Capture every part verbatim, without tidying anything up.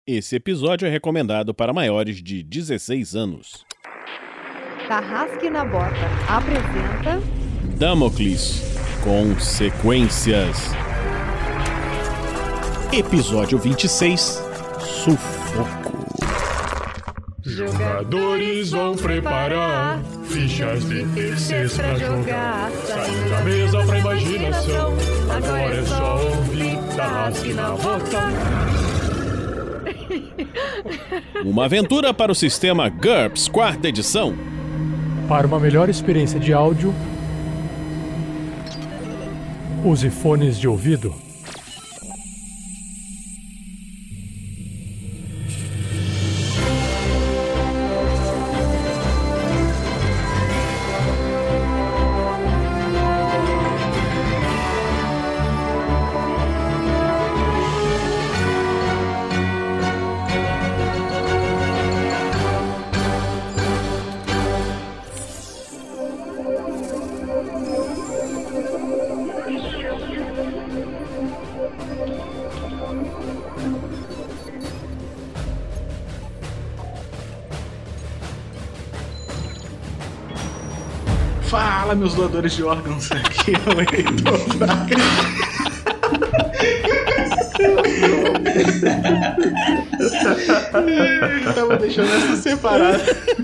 Esse episódio é recomendado para maiores de dezesseis anos. Tarrasque na Bota apresenta Damocles, Consequências. Episódio vinte e seis, Sufoco. Jogadores vão preparar fichas de terceiros pra jogar. Saindo da mesa pra imaginação. Agora é só ouvir Tarrasque na Bota. Uma aventura para o sistema GURPS, quarta edição. Para uma melhor experiência de áudio, use fones de ouvido. Fala, meus doadores de órgãos, aqui é o Heitor Fraga. Tava deixando essa separada.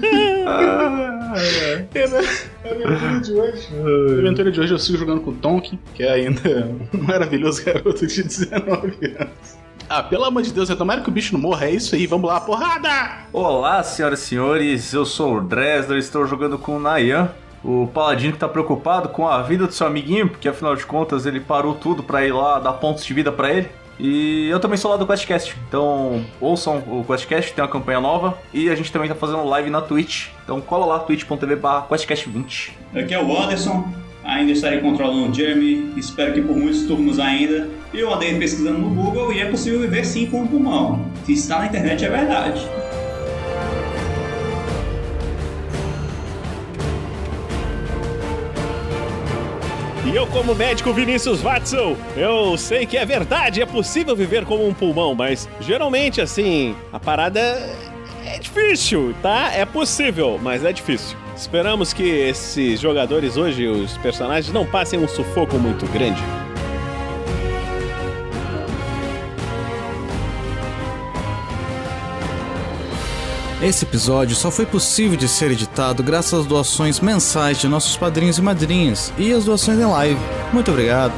É na aventura de hoje. Na aventura de hoje eu sigo jogando com o Tonkin, que é ainda um maravilhoso garoto de dezenove anos. Ah, pelo amor de Deus, é tomara que o bicho não morra, é isso aí, vamos lá, porrada! Olá, senhoras e senhores, eu sou o Dresler, estou jogando com o Nayan, o paladino que tá preocupado com a vida do seu amiguinho, porque afinal de contas ele parou tudo pra ir lá dar pontos de vida pra ele. E eu também sou lá do QuestCast, então ouçam o QuestCast, tem uma campanha nova. E a gente também tá fazendo live na Twitch, então cola lá, twitch ponto tv barra questcast vinte. Aqui é o Anderson, ainda estarei controlando o Jeremy, espero que por muitos turnos ainda. E eu andei pesquisando no Google e é possível viver sim com um pulmão. Se está na internet é verdade. E eu, como médico Vinícius Watson, eu sei que é verdade, é possível viver como um pulmão, mas geralmente, assim, a parada é difícil, tá? É possível, mas é difícil. Esperamos que esses jogadores hoje, os personagens, não passem um sufoco muito grande. Esse episódio só foi possível de ser editado graças às doações mensais de nossos padrinhos e madrinhas e às doações em live. Muito obrigado.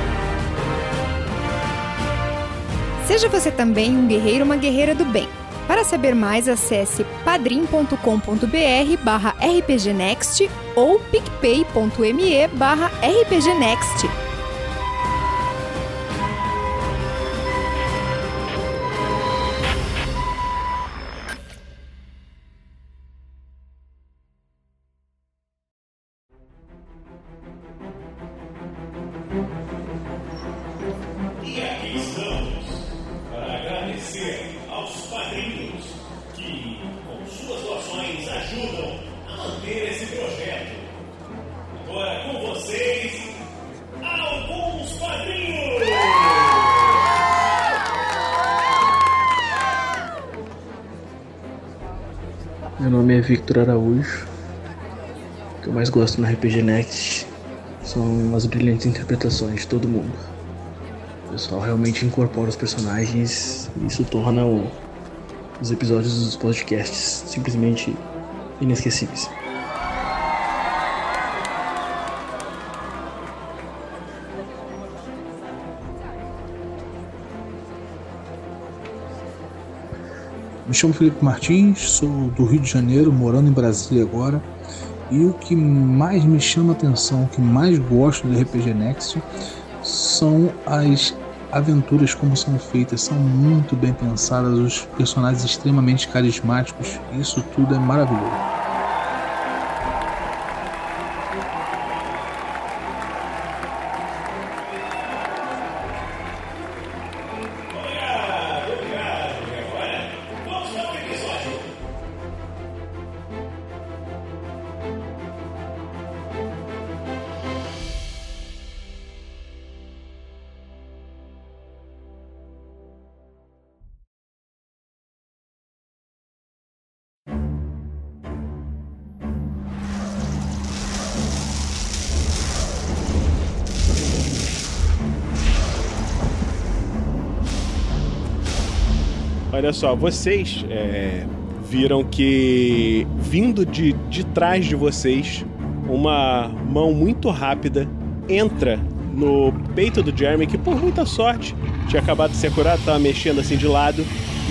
Seja você também um guerreiro ou uma guerreira do bem. Para saber mais, acesse padrim ponto com ponto br barra rpgnext ou picpay ponto me barra rpgnext. E aqui estamos para agradecer aos padrinhos que, com suas doações, ajudam a manter esse projeto. Agora com vocês, alguns padrinhos! Meu nome é Victor Araújo. O que eu mais gosto no R P G Next são as brilhantes interpretações de todo mundo. O pessoal realmente incorpora os personagens e isso torna o, os episódios dos podcasts simplesmente inesquecíveis. Me chamo Felipe Martins, sou do Rio de Janeiro, morando em Brasília agora. E o que mais me chama a atenção, o que mais gosto do R P G Next são as aventuras como são feitas, são muito bem pensadas, os personagens extremamente carismáticos, isso tudo é maravilhoso. Olha só, vocês é, viram que vindo de, de trás de vocês, uma mão muito rápida entra no peito do Jeremy, que por muita sorte tinha acabado de ser curado, estava mexendo assim de lado,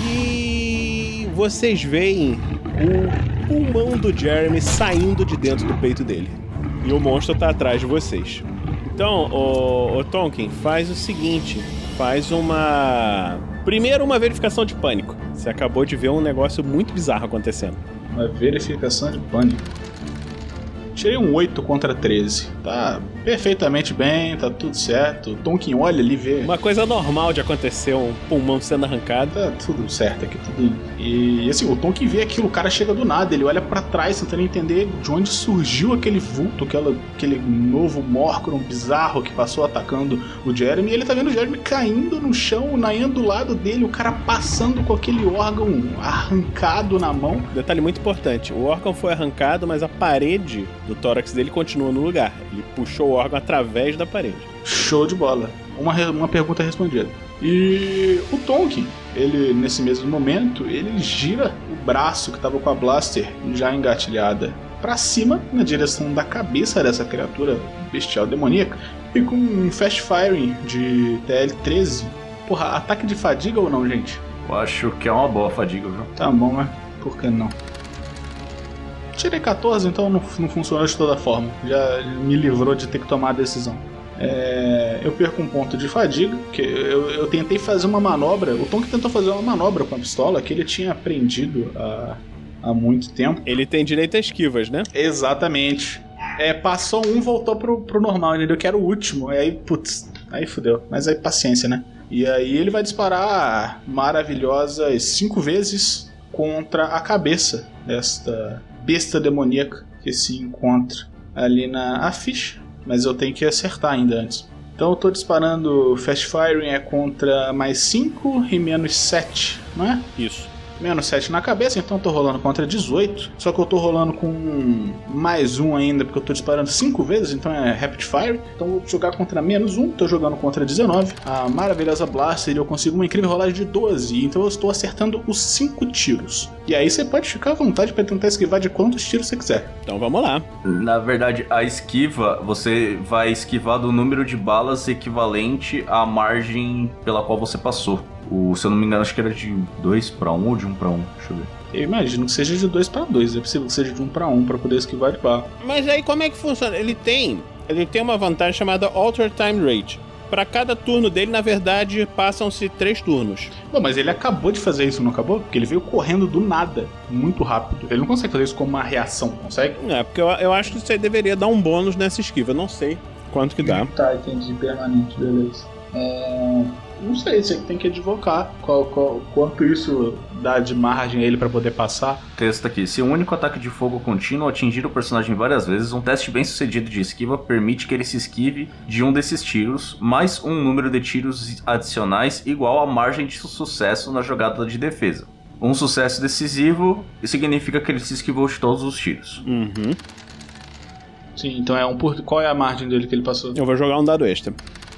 e vocês veem o pulmão do Jeremy saindo de dentro do peito dele. E o monstro tá atrás de vocês. Então, o, o Tonkin, faz o seguinte, faz uma... Primeiro, uma verificação de pânico. Você acabou de ver um negócio muito bizarro acontecendo. Uma verificação de pânico. Tirei um oito contra treze. Tá perfeitamente bem, tá tudo certo. O Tonkin olha ali, vê. Uma coisa normal de acontecer, um pulmão sendo arrancado. Tá tudo certo aqui, tudo. E assim, o Tonkin vê aquilo, o cara chega do nada, ele olha pra trás tentando entender de onde surgiu aquele vulto, aquela, aquele novo Morcron bizarro que passou atacando o Jeremy. E ele tá vendo o Jeremy caindo no chão, o Nayan do lado dele, o cara passando com aquele órgão arrancado na mão. Detalhe muito importante, o órgão foi arrancado, mas a parede do tórax dele continua no lugar. Ele puxou o órgão através da parede. Show de bola. Uma, uma pergunta respondida. E o Tonkin, ele, nesse mesmo momento, ele gira o braço que estava com a blaster já engatilhada para cima, na direção da cabeça dessa criatura bestial demoníaca, e com um fast firing de T L treze. Porra, ataque de fadiga ou não, gente? Eu acho que é uma boa fadiga, viu? Tá bom, mas por que não? Tirei quatorze, então não, não funcionou de toda forma. Já me livrou de ter que tomar a decisão. É, eu perco um ponto de fadiga, porque eu, eu tentei fazer uma manobra. O Tonkin tentou fazer uma manobra com a pistola que ele tinha aprendido há, há muito tempo. Ele tem direito a esquivas, né? Exatamente. É, passou um, voltou pro, pro normal, entendeu? Que era o último. Aí, putz, aí fudeu. Mas aí paciência, né? E aí ele vai disparar maravilhosas cinco vezes contra a cabeça desta besta demoníaca que se encontra ali na a ficha, mas eu tenho que acertar ainda antes. Então eu tô disparando Fast Firing é contra mais cinco e menos sete, não é? Isso. Menos sete na cabeça, então eu tô rolando contra dezoito. Só que eu tô rolando com mais um ainda, porque eu tô disparando cinco vezes, então é Rapid Fire. Então eu vou jogar contra menos um, tô jogando contra dezenove. A maravilhosa Blaster, eu consigo uma incrível rolagem de doze, então eu estou acertando os cinco tiros. E aí você pode ficar à vontade para tentar esquivar de quantos tiros você quiser. Então vamos lá. Na verdade, a esquiva, você vai esquivar do número de balas equivalente à margem pela qual você passou. O, se eu não me engano, acho que era de dois para um ou de um para um. Deixa eu ver. Eu imagino que seja de dois para dois. É possível que seja de um para um para poder esquivar de bala. Mas aí como é que funciona? Ele tem, ele tem uma vantagem chamada Alter Time Rate. Para cada turno dele, na verdade, passam-se três turnos. Bom, mas ele acabou de fazer isso, não acabou? Porque ele veio correndo do nada, muito rápido. Ele não consegue fazer isso como uma reação, consegue? É, porque eu, eu acho que isso aí deveria dar um bônus nessa esquiva. Eu não sei quanto que dá. Tá, entendi. Permanente, beleza. É... Não sei, você tem que advocar qual, qual, quanto isso dá de margem a ele pra poder passar. Texto aqui. Se um único ataque de fogo contínuo atingir o personagem várias vezes, um teste bem sucedido de esquiva permite que ele se esquive de um desses tiros, mais um número de tiros adicionais igual à margem de sucesso na jogada de defesa. Um sucesso decisivo significa que ele se esquivou de todos os tiros. Uhum. Sim, então é um por... Qual é a margem dele que ele passou? Eu vou jogar um dado extra.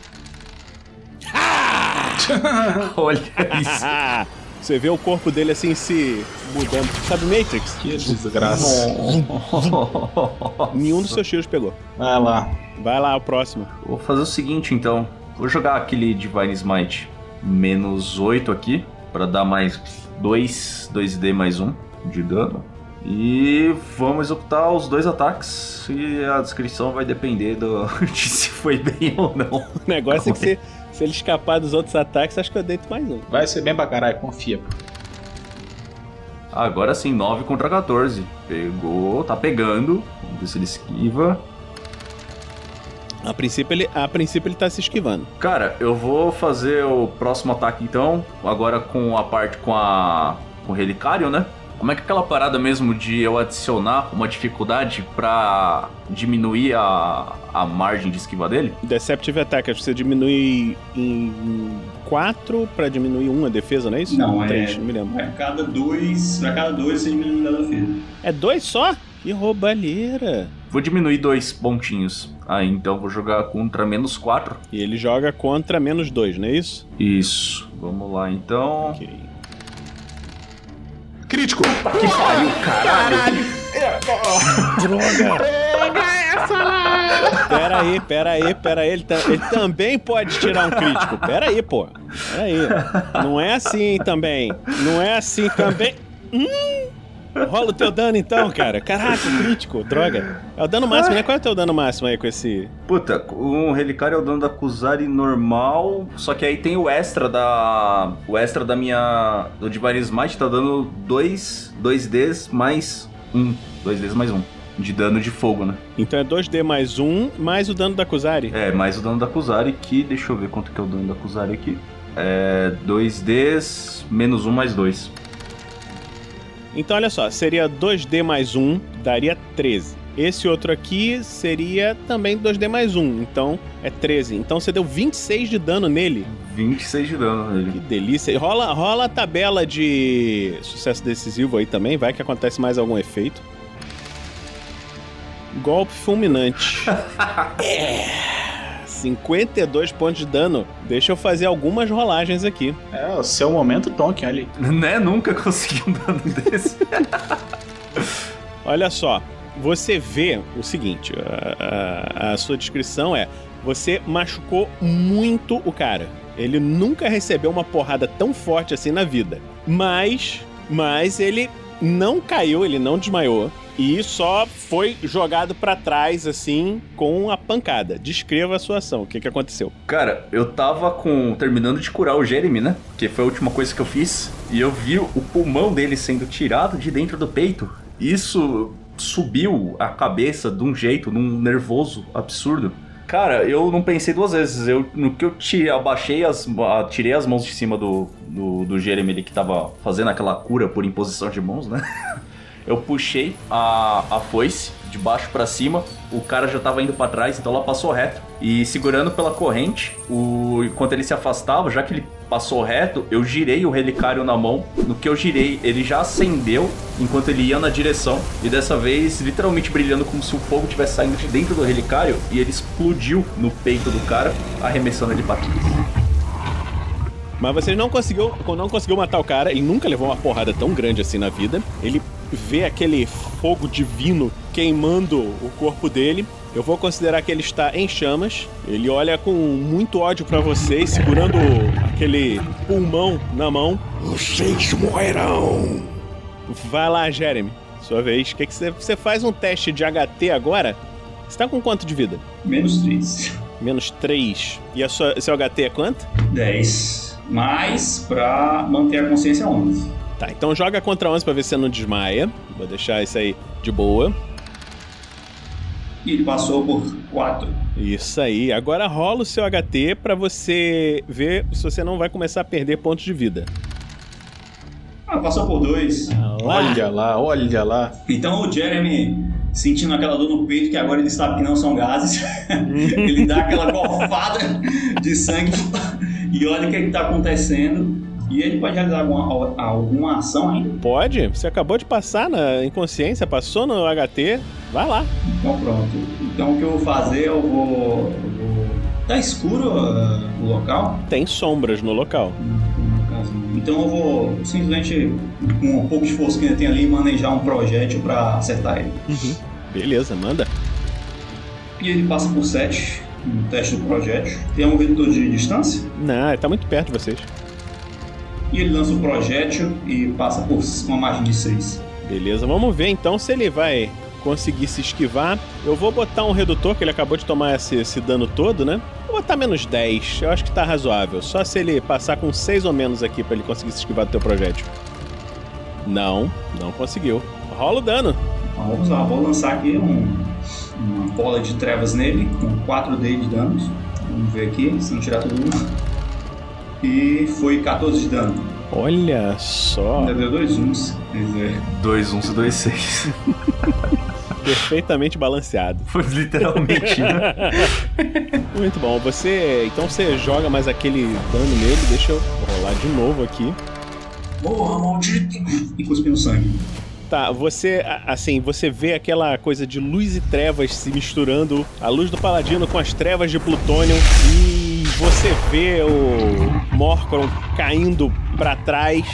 Olha isso. Você vê o corpo dele assim se mudando. Sabe Matrix? Que desgraça. Nenhum dos seus tiros pegou. Vai lá. Vai lá, o próximo. Vou fazer o seguinte então. Vou jogar aquele Divine Smite menos oito aqui, pra dar mais dois, dois D mais um de dano. E vamos executar os dois ataques. E a descrição vai depender do, de se foi bem ou não. O negócio é que você... Se ele escapar dos outros ataques, acho que eu deito mais um. Vai ser bem pra caralho, confia. Agora sim, nove contra quatorze. Pegou, tá pegando. Vamos ver se ele esquiva. A princípio ele, a princípio ele tá se esquivando. Cara, eu vou fazer o próximo ataque então. Agora com a parte com a... com o relicário, né? Como é que é aquela parada mesmo de eu adicionar uma dificuldade pra diminuir a, a margem de esquiva dele? Deceptive Attack, acho que você diminui em quatro pra diminuir um a defesa, não é isso? Não, é, três, não me lembro. É cada dois, pra cada dois você diminui a defesa. É dois só? Que roubalheira. Vou diminuir dois pontinhos. Aí, então vou jogar contra menos quatro. E ele joga contra menos dois, não é isso? Isso. Vamos lá, então. Ok. Crítico! Que pariu, caralho! Droga! Pega essa lá! Pera aí, pera aí, pera aí. Ele, ta- ele também pode tirar um crítico. Pera aí, pô. Pera aí. Não é assim também. Não é assim também. Hum! Rola o teu dano então, cara. Caraca, crítico, droga. É o dano máximo, né? Qual é o teu dano máximo aí com esse... Puta, um relicário é o dano da Kuzari normal, só que aí tem o extra da... O extra da minha... Do Divine Smite tá dando dois Ds mais um. dois Ds mais um. De dano de fogo, né? Então é dois D mais um, mais o dano da Kuzari. É, mais o dano da Kuzari, que... Deixa eu ver quanto que é o dano da Kuzari aqui. É... dois Ds menos um mais dois. Então, olha só, seria dois D mais um, daria treze. Esse outro aqui seria também dois D mais um, então é treze. Então você deu vinte e seis de dano nele. vinte e seis de dano nele. Que delícia. Rola, rola a tabela de sucesso decisivo aí também, vai que acontece mais algum efeito. Golpe fulminante. É... cinquenta e dois pontos de dano. Deixa eu fazer algumas rolagens aqui. É, o seu momento Tonkin ali. Né? Nunca consegui um dano desse. Olha só, você vê o seguinte, a, a, a sua descrição é, você machucou muito o cara. Ele nunca recebeu uma porrada tão forte assim na vida. Mas, mas ele não caiu, ele não desmaiou. E só foi jogado pra trás, assim, com a pancada. Descreva a sua ação. O que que aconteceu? Cara, eu tava com terminando de curar o Jeremy, né? Que foi a última coisa que eu fiz. E eu vi o pulmão dele sendo tirado de dentro do peito. Isso subiu a cabeça de um jeito, num nervoso absurdo. Cara, eu não pensei duas vezes. Eu, no que eu tirei, abaixei as... Tirei as mãos de cima do, do, do Jeremy, ele que tava fazendo aquela cura por imposição de mãos, né? Eu puxei a, a foice de baixo pra cima, o cara já tava indo pra trás, então ela passou reto. E segurando pela corrente, o, enquanto ele se afastava, já que ele passou reto, eu girei o relicário na mão. No que eu girei, ele já acendeu enquanto ele ia na direção. E dessa vez, literalmente brilhando como se o fogo estivesse saindo de dentro do relicário. E ele explodiu no peito do cara, arremessando ele pra trás. Mas você não conseguiu, não conseguiu matar o cara, ele nunca levou uma porrada tão grande assim na vida. Ele vê aquele fogo divino queimando o corpo dele. Eu vou considerar que ele está em chamas. Ele olha com muito ódio pra vocês, segurando aquele pulmão na mão. Vocês morrerão! Vai lá, Jeremy. Sua vez. Que que você, você faz um teste de H T agora? Você tá com quanto de vida? Menos três. Menos três. E a sua, seu H T é quanto? dez. Mais pra manter a consciência onze. Tá, então joga contra onze pra ver se você não desmaia. Vou deixar isso aí de boa. E ele passou por quatro. Isso aí. Agora rola o seu H T pra você ver se você não vai começar a perder pontos de vida. Ah, passou por dois. Olha lá, olha lá. Então o Jeremy, sentindo aquela dor no peito, que agora ele sabe que não são gases, ele dá aquela golfada de sangue e olha o que está acontecendo. E ele pode realizar alguma, alguma ação ainda? Pode. Você acabou de passar na inconsciência, passou no H T. Vai lá. Então pronto. Então o que eu vou fazer, eu vou... Eu vou... Tá escuro uh, o local? Tem sombras no local. Então eu vou simplesmente, com um pouco de força que ainda tem ali, manejar um projétil pra acertar ele. Uhum. Beleza, manda. E ele passa por sete no teste do projétil. Tem um redutor de distância? Não, ele tá muito perto de vocês. E ele lança o projétil e passa por uma margem de seis. Beleza, vamos ver então se ele vai conseguir se esquivar. Eu vou botar um redutor, que ele acabou de tomar esse, esse dano todo, né? Vou botar menos dez, eu acho que tá razoável. Só se ele passar com seis ou menos aqui pra ele conseguir se esquivar do teu projétil. Não, não conseguiu. Rola o dano. Então, vamos lá, vou lançar aqui um, uma bola de trevas nele, com quatro D de danos. Vamos ver aqui, se não tirar todo mundo. E foi quatorze de dano. Olha só. Ainda deu dois uns. dois uns e dois seis. Perfeitamente balanceado. Foi literalmente, né? Muito bom. Você, então você joga mais aquele dano nele. Deixa eu rolar de novo aqui. Morra, maldito! E cuspindo sangue. Tá, você, assim, você vê aquela coisa de luz e trevas se misturando, a luz do Paladino com as trevas de Plutônio, e você vê o Morcron caindo pra trás.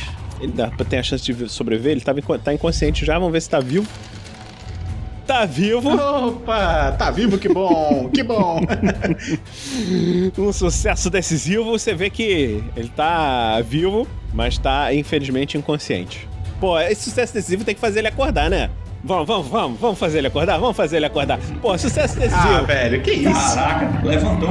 Ele dá, tem a chance de sobreviver, ele tava, tá inconsciente já, vamos ver se tá vivo. Tá vivo. Opa, tá vivo, que bom, que bom. Um sucesso decisivo, você vê que ele tá vivo, mas tá infelizmente inconsciente. Pô, esse sucesso decisivo tem que fazer ele acordar, né? Vamos, vamos, vamos, vamos fazer ele acordar, vamos fazer ele acordar. Pô, sucesso decisivo. Ah, velho, que isso? Caraca, levantou.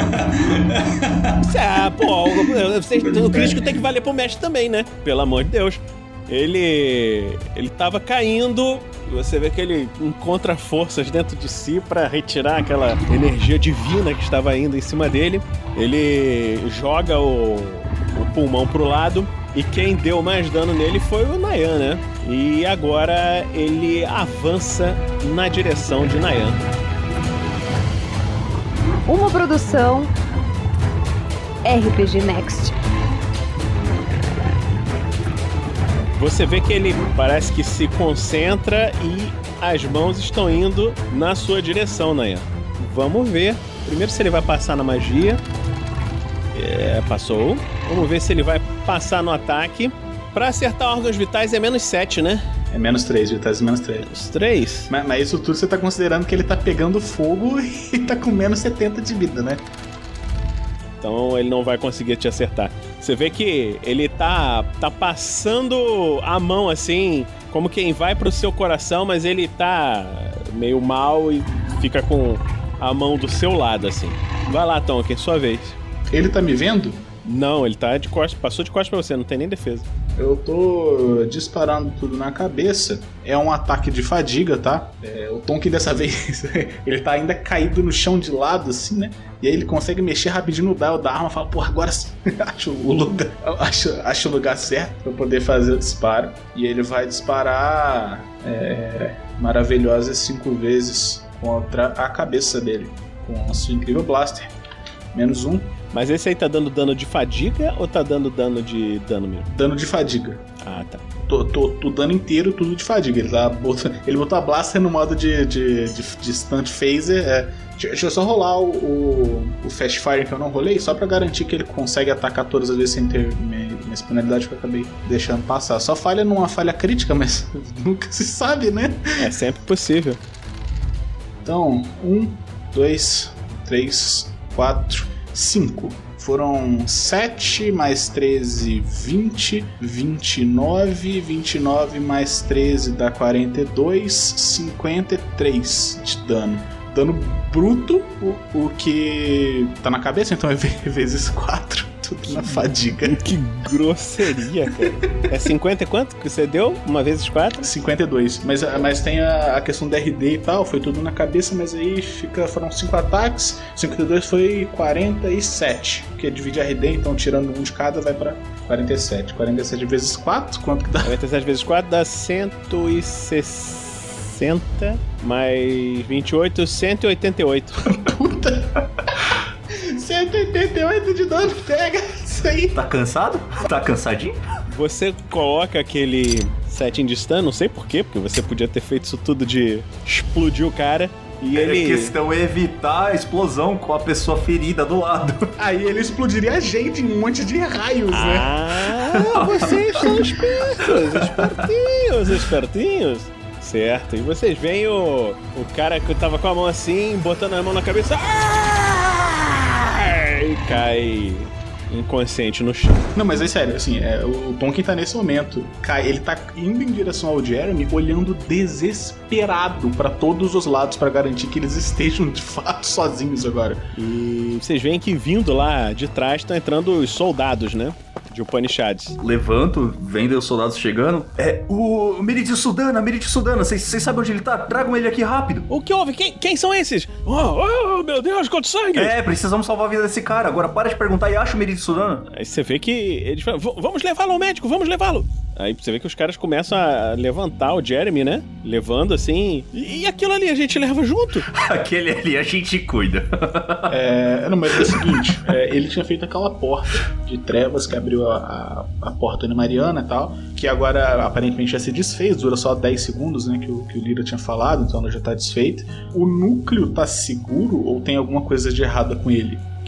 Ah, pô, o, o crítico tem que valer pro mestre também, né? Pelo amor de Deus. Ele... ele tava caindo, você vê que ele encontra forças dentro de si pra retirar aquela energia divina que estava indo em cima dele. Ele joga o, o pulmão pro lado e quem deu mais dano nele foi o Nayan, né? E agora ele avança na direção de Nayan. Uma produção R P G Next. Você vê que ele parece que se concentra e as mãos estão indo na sua direção, Nayan. Vamos ver. Primeiro se ele vai passar na magia. É, passou. Vamos ver se ele vai passar no ataque. Pra acertar órgãos vitais é menos sete, né? É menos três, vitais é menos três. Menos três? Mas, mas isso tudo você tá considerando que ele tá pegando fogo e tá com menos setenta de vida, né? Então ele não vai conseguir te acertar. Você vê que ele tá, tá passando a mão assim, como quem vai pro seu coração, mas ele tá meio mal e fica com a mão do seu lado, assim. Vai lá, Tonkin, sua vez. Ele tá me vendo? Não, ele tá de costas, passou de costas pra você, não tem nem defesa. Eu tô disparando tudo na cabeça. É um ataque de fadiga, tá? É, o Tonkin dessa vez, ele tá ainda caído no chão de lado, assim, né? E aí ele consegue mexer rapidinho no dial da arma e fala, porra, agora sim, acho o lugar, acho, acho o lugar certo pra poder fazer o disparo. E ele vai disparar é, maravilhosas cinco vezes contra a cabeça dele, com a sua incrível blaster. Menos um. Mas esse aí tá dando dano de fadiga ou tá dando dano de dano mesmo? Dano de fadiga. Ah, tá. Tô, tô, tô dano inteiro, tudo de fadiga. Ele, tá botando, ele botou a blaster no modo de, de, de, de stunt phaser. É, deixa eu só rolar o, o, o fast fire que eu não rolei, só pra garantir que ele consegue atacar todas as vezes sem ter minha penalidade que eu acabei deixando passar. Só falha numa falha crítica, mas nunca se sabe, né? É sempre possível. Então, um, dois, três, quatro, cinco. Foram sete mais treze, vinte, vinte e nove, vinte e nove mais treze dá quarenta e dois, cinquenta e três de dano. Dano bruto, o, o que tá na cabeça, então é vezes quatro, tudo na fadiga. Que grosseria, cara. É cinquenta e quanto que você deu? Uma vezes quatro? cinquenta e dois. Mas, mas tem a, a questão da R D e tal, foi tudo na cabeça, mas aí fica, foram cinco ataques, cinquenta e dois foi quarenta e sete, porque divide a R D, então tirando um de cada vai pra quarenta e sete. quarenta e sete vezes quatro, quanto que dá? quarenta e sete vezes quatro dá cento e sessenta mais vinte e oito, cento e oitenta e oito. Puta! cento e oitenta e oito de dano, pega isso aí. Tá cansado? Tá cansadinho? Você coloca aquele setting de stun, não sei porquê, porque você podia ter feito isso tudo de explodir o cara. E é ele... questão é evitar a explosão com a pessoa ferida do lado. Aí ele explodiria a gente em um monte de raios, ah, né? Ah, vocês são espertos, espertinhos, espertinhos. Certo, e vocês veem o, o cara que tava com a mão assim, botando a mão na cabeça, e cai inconsciente no chão. Não, mas é sério, assim, é, o Tonkin tá nesse momento, cai, ele tá indo em direção ao Jeremy, olhando desesperado pra todos os lados pra garantir que eles estejam de fato sozinhos agora. E vocês veem que vindo lá de trás estão entrando os soldados, né? De Upanishads. Levanto, vendo os soldados chegando. É o Meridio Sudana, Meridio Sudana. Vocês sabem onde ele tá? Tragam ele aqui rápido. O que houve? Quem, quem são esses? Oh, oh, meu Deus, quanto sangue! É, precisamos salvar a vida desse cara. Agora para de perguntar e acha o Meridio Sudana. Aí você vê que eles falam, vamos levá-lo ao médico, vamos levá-lo. Aí você vê que os caras começam a levantar o Jeremy, né? Levando assim. E, e aquilo ali a gente leva junto? Aquele ali a gente cuida. É, não, mas é o seguinte: é, ele tinha feito aquela porta de trevas que abriu a, a, a porta de Mariana e tal, que agora aparentemente já se desfez, dura só dez segundos, né? Que o, que o Lyra tinha falado, então ela já tá desfeita. O núcleo tá seguro ou tem alguma coisa de errada com ele?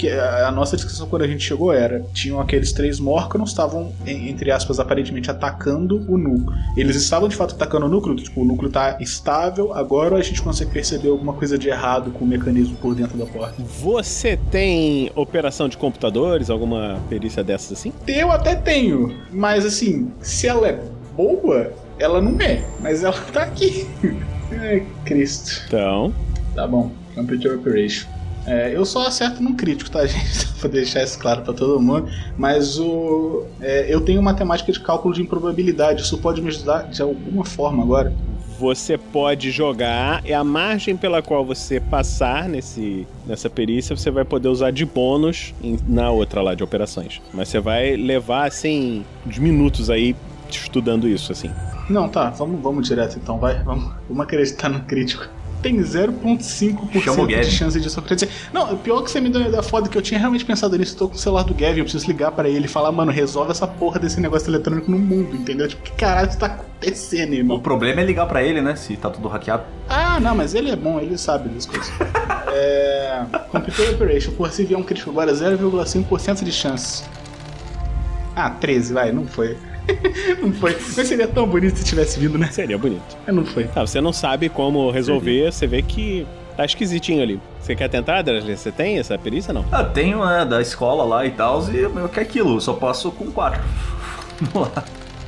que a nossa discussão quando a gente chegou era, tinham aqueles três Morcons, estavam, entre aspas, aparentemente atacando o núcleo. Eles estavam de fato atacando o núcleo, tipo, o núcleo tá estável, agora a gente consegue perceber alguma coisa de errado com o mecanismo por dentro da porta. Você tem operação de computadores, alguma perícia dessas assim? Eu até tenho, mas assim, se ela é boa, ela não é, mas ela tá aqui. Ai, Cristo. Então... Tá bom, Computer Operation. É, eu só acerto num crítico, tá, gente? Pra deixar isso claro pra todo mundo. Mas o, é, eu tenho matemática de cálculo de improbabilidade. Isso pode me ajudar de alguma forma agora? Você pode jogar, e a margem pela qual você passar nesse, nessa perícia, você vai poder usar de bônus em, na outra lá de operações. Mas você vai levar, assim, uns minutos aí estudando isso, assim. Não, tá, vamos, vamos direto então, vai. Vamos, vamos acreditar no crítico. Tem zero vírgula cinco por cento de chance disso acontecer. Não, o pior que você me deu da foda que eu tinha realmente pensado nisso. Eu tô com o celular do Gavin, eu preciso ligar pra ele e falar, mano, resolve essa porra desse negócio eletrônico no mundo, entendeu? Tipo, que caralho tá acontecendo, irmão? O problema é ligar pra ele, né? Se tá tudo hackeado. Ah, não, mas ele é bom, ele sabe das coisas. é... Computer Operation, por se vier um crítico agora, zero vírgula cinco por cento de chance. Ah, treze, vai, não foi. Não foi. Mas seria tão bonito se tivesse vindo, né? Seria bonito. Mas não foi. Tá, você não sabe como resolver, você vê que tá esquisitinho ali. Você quer tentar, Dresler? Você tem essa perícia, não? Ah, tenho, né, da escola lá e tal, e eu quero aquilo, eu só passo com quatro. Vamos lá.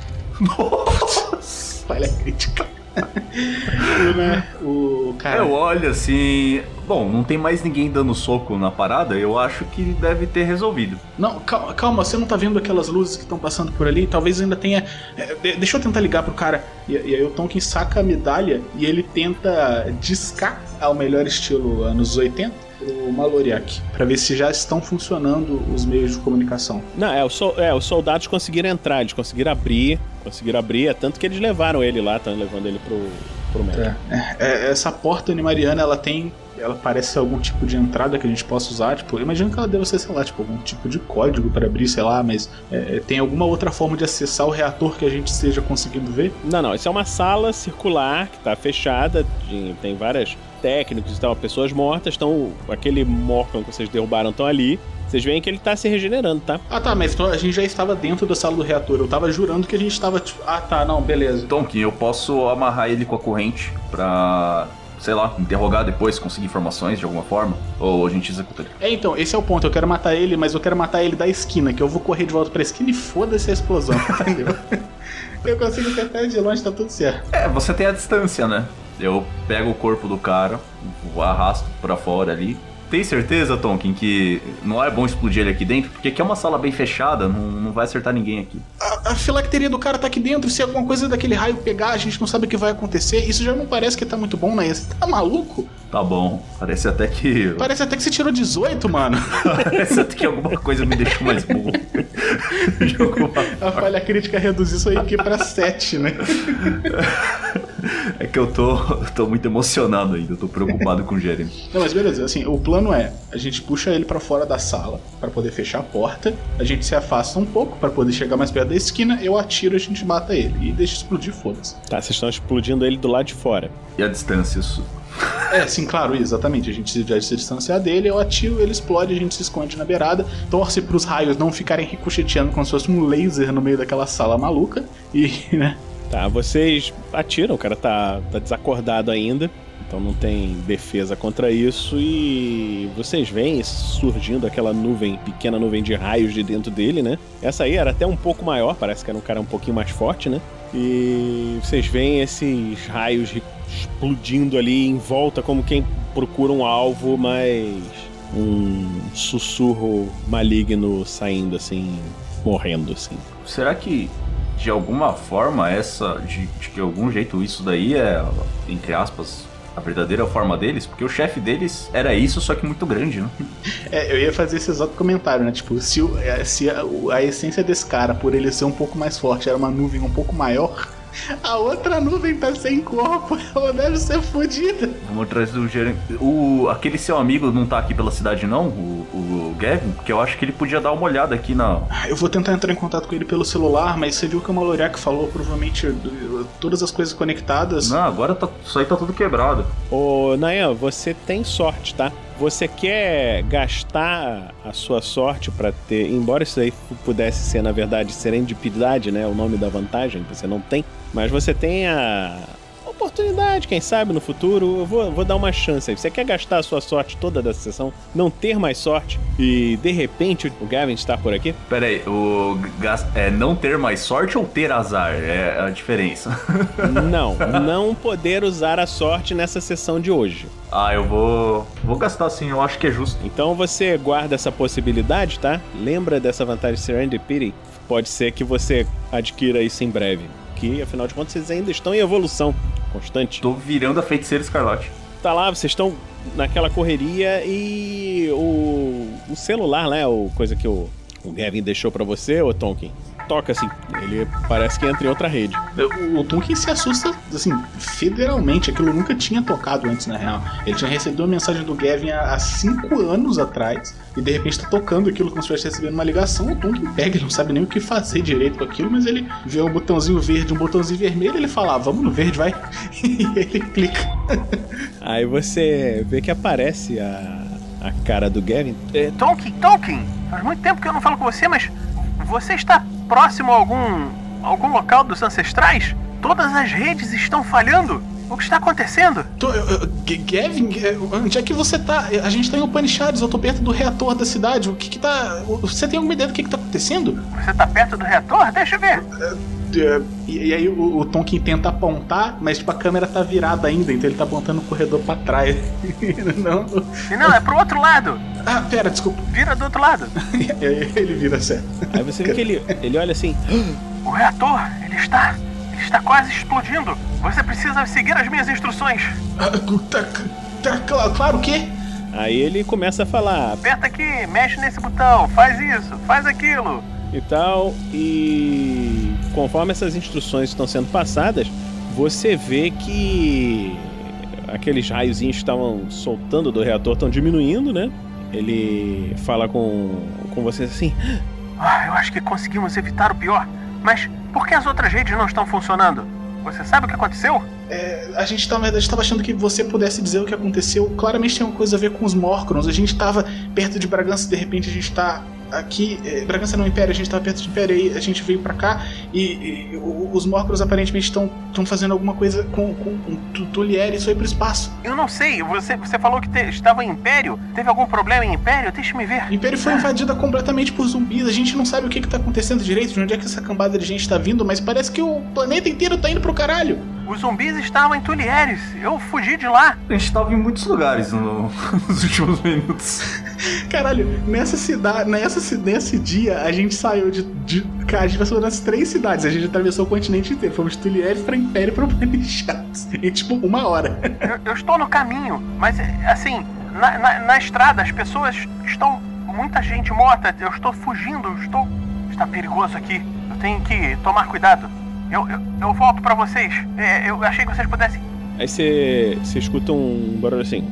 Nossa! Olha a crítica. o, né, o cara... Eu olho assim... Bom, não tem mais ninguém dando soco na parada, eu acho que deve ter resolvido. Não, calma, calma, você não tá vendo aquelas luzes que estão passando por ali? Talvez ainda tenha... É, deixa eu tentar ligar pro cara. E, e aí o Tonkin saca a medalha e ele tenta discar ao melhor estilo anos oitenta pro Maloriak, pra ver se já estão funcionando os meios de comunicação. Não, é, o so, é, os soldados conseguiram entrar, eles conseguiram abrir, conseguiram abrir, é tanto que eles levaram ele lá, estão levando ele pro, pro médico. É, é, essa porta animariana, ela tem... Ela parece algum tipo de entrada que a gente possa usar, tipo, eu imagino que ela deve ser, sei lá, tipo, algum tipo de código para abrir, sei lá, mas é, tem alguma outra forma de acessar o reator que a gente esteja conseguindo ver? Não, não, isso é uma sala circular que tá fechada, de, tem várias técnicos e tal, pessoas mortas, estão, aquele Morcon que vocês derrubaram estão ali. Vocês veem que ele tá se regenerando, tá? Ah, tá, mas a gente já estava dentro da sala do reator. Eu tava jurando que a gente tava, tipo... Ah, tá, não, beleza. Tonkin, eu posso amarrar ele com a corrente pra... sei lá, interrogar depois, conseguir informações de alguma forma, ou a gente executa ele. É, então, esse é o ponto, eu quero matar ele, mas eu quero matar ele da esquina, que eu vou correr de volta pra esquina e foda-se a explosão, entendeu? Eu consigo apertar de longe, tá tudo certo. É, você tem a distância, né? Eu pego o corpo do cara, o arrasto pra fora ali. Tem certeza, Tonkin, que não é bom explodir ele aqui dentro? Porque aqui é uma sala bem fechada, não, não vai acertar ninguém aqui. A, a filacteria do cara tá aqui dentro, se alguma coisa daquele raio pegar, a gente não sabe o que vai acontecer. Isso já não parece que tá muito bom, né? Você tá maluco? Tá bom, parece até que... Parece até que você tirou dezoito, mano. Parece até que alguma coisa me deixou mais burro. A falha crítica reduz isso aí aqui pra sete, né? É que eu tô, tô muito emocionado ainda, eu tô preocupado com o Jeremy. Não, mas beleza, assim, o plano é, a gente puxa ele pra fora da sala pra poder fechar a porta, a gente se afasta um pouco pra poder chegar mais perto da esquina, eu atiro e a gente mata ele e deixa explodir, foda-se. Tá, vocês estão explodindo ele do lado de fora. E a distância, isso... É, sim, claro, exatamente. A gente já se distanciar dele, eu atiro, ele explode, a gente se esconde na beirada, torce pros raios não ficarem ricocheteando como se fosse um laser no meio daquela sala maluca e, né... Tá, vocês atiram, o cara tá, tá desacordado ainda, então não tem defesa contra isso, e vocês veem surgindo aquela nuvem, pequena nuvem de raios de dentro dele, né? Essa aí era até um pouco maior, parece que era um cara um pouquinho mais forte, né? E vocês veem esses raios explodindo ali em volta como quem procura um alvo, mas um sussurro maligno saindo assim, morrendo assim. Será que de alguma forma essa, de, de que algum jeito isso daí é, entre aspas, a verdadeira forma deles? Porque o chefe deles era isso, só que muito grande, né? É, eu ia fazer esse exato comentário, né? Tipo, se, o, se a, a essência desse cara, por ele ser um pouco mais forte, era uma nuvem um pouco maior, a outra nuvem tá sem corpo, ela deve ser fodida. Vamos atrás do gerente. O, aquele seu amigo não tá aqui pela cidade, não? O, o Gavin? Porque eu acho que ele podia dar uma olhada aqui na... Eu vou tentar entrar em contato com ele pelo celular, mas você viu que o Maloriak falou, provavelmente todas as coisas conectadas. Não, agora tá, isso aí tá tudo quebrado. Ô, Nayan, você tem sorte, tá? Você quer gastar a sua sorte pra ter... Embora isso aí pudesse ser, na verdade, serendipidade, né? O nome da vantagem, você não tem. Mas você tem a oportunidade, quem sabe, no futuro. Eu vou, vou dar uma chance aí. Você quer gastar a sua sorte toda dessa sessão, não ter mais sorte e, de repente, o Gavin está por aqui? Pera aí, o gas... é não ter mais sorte ou ter azar? É a diferença. Não, não poder usar a sorte nessa sessão de hoje. Ah, eu vou... Vou gastar sim, eu acho que é justo. Então você guarda essa possibilidade, tá? Lembra dessa vantagem Serendipity? Pode ser que você adquira isso em breve. Que, afinal de contas, vocês ainda estão em evolução constante. Tô virando a Feiticeira Escarlate. Tá lá, vocês estão naquela correria e o, o celular, né? O coisa que o, o Gavin deixou pra você, ô Tonkin, toca assim. Ele parece que entra em outra rede. O, o Tonkin se assusta, assim, federalmente. Aquilo nunca tinha tocado antes, na real. Ele tinha recebido uma mensagem do Gavin há cinco anos atrás. E de repente tá tocando aquilo como se estivesse recebendo uma ligação. O Tonkin pega, ele não sabe nem o que fazer direito com aquilo. Mas ele vê um botãozinho verde, um botãozinho vermelho. Ele fala, ah, vamos no verde, vai. E ele clica. Aí você vê que aparece a, a cara do Gavin. É, Tonkin, Tonkin, faz muito tempo que eu não falo com você, mas você está próximo a algum, algum local dos ancestrais? Todas as redes estão falhando. O que está acontecendo? Tô, eu, eu, Gavin, onde é que você tá? A gente tá em Upanishads, eu tô perto do reator da cidade. O que que tá... Você tem alguma ideia do que que tá acontecendo? Você tá perto do reator? Deixa eu ver. É, e, e aí o, o Tonkin tenta apontar, mas tipo, a câmera tá virada ainda, então ele tá apontando o corredor pra trás. Não, não, é pro outro lado. Ah, pera, desculpa. Vira do outro lado. Ele vira certo. Aí você vê que ele, ele olha assim... O reator, ele está... Ele está quase explodindo. Você precisa seguir as minhas instruções. Ah, tá, tá, claro, claro que... Aí ele começa a falar... Aperta aqui, mexe nesse botão, faz isso, faz aquilo. E tal, e... Conforme essas instruções estão sendo passadas, você vê que... Aqueles raiozinhos que estavam soltando do reator estão diminuindo, né? Ele fala com, com vocês assim... Ah, eu acho que conseguimos evitar o pior. Mas por que as outras redes não estão funcionando? Você sabe o que aconteceu? É, a gente, na verdade, estava achando que você pudesse dizer o que aconteceu. Claramente tem uma coisa a ver com os Morcrons. A gente estava perto de Bragança e de repente a gente está aqui. É, Bragança não, Império, a gente estava perto de Império e a gente veio pra cá. E, e os Morcrons aparentemente estão fazendo alguma coisa com, com, com Tullier e foi pro espaço. Eu não sei, você, você falou que te, estava em Império? Teve algum problema em Império? Deixa-me ver. Império foi invadida completamente por zumbis. A gente não sabe o que está acontecendo direito, de onde é que essa cambada de gente está vindo, mas parece que o planeta inteiro tá indo pro caralho. Os zumbis estavam em Tulieres. Eu fugi de lá. A gente estava em muitos lugares no, nos últimos minutos. Caralho, nessa cidade, nessa, nesse dia, a gente saiu de, de... Cara, a gente passou nas três cidades. A gente atravessou o continente inteiro. Fomos de Tulieres pra Império e pra Upanishads. Em tipo, uma hora. Eu, eu estou no caminho, mas assim, na, na, na estrada as pessoas estão... Muita gente morta. Eu estou fugindo, eu estou... Está perigoso aqui. Eu tenho que tomar cuidado. Eu, eu, eu volto pra vocês. É, eu achei que vocês pudessem... Aí você, você escuta um barulho assim.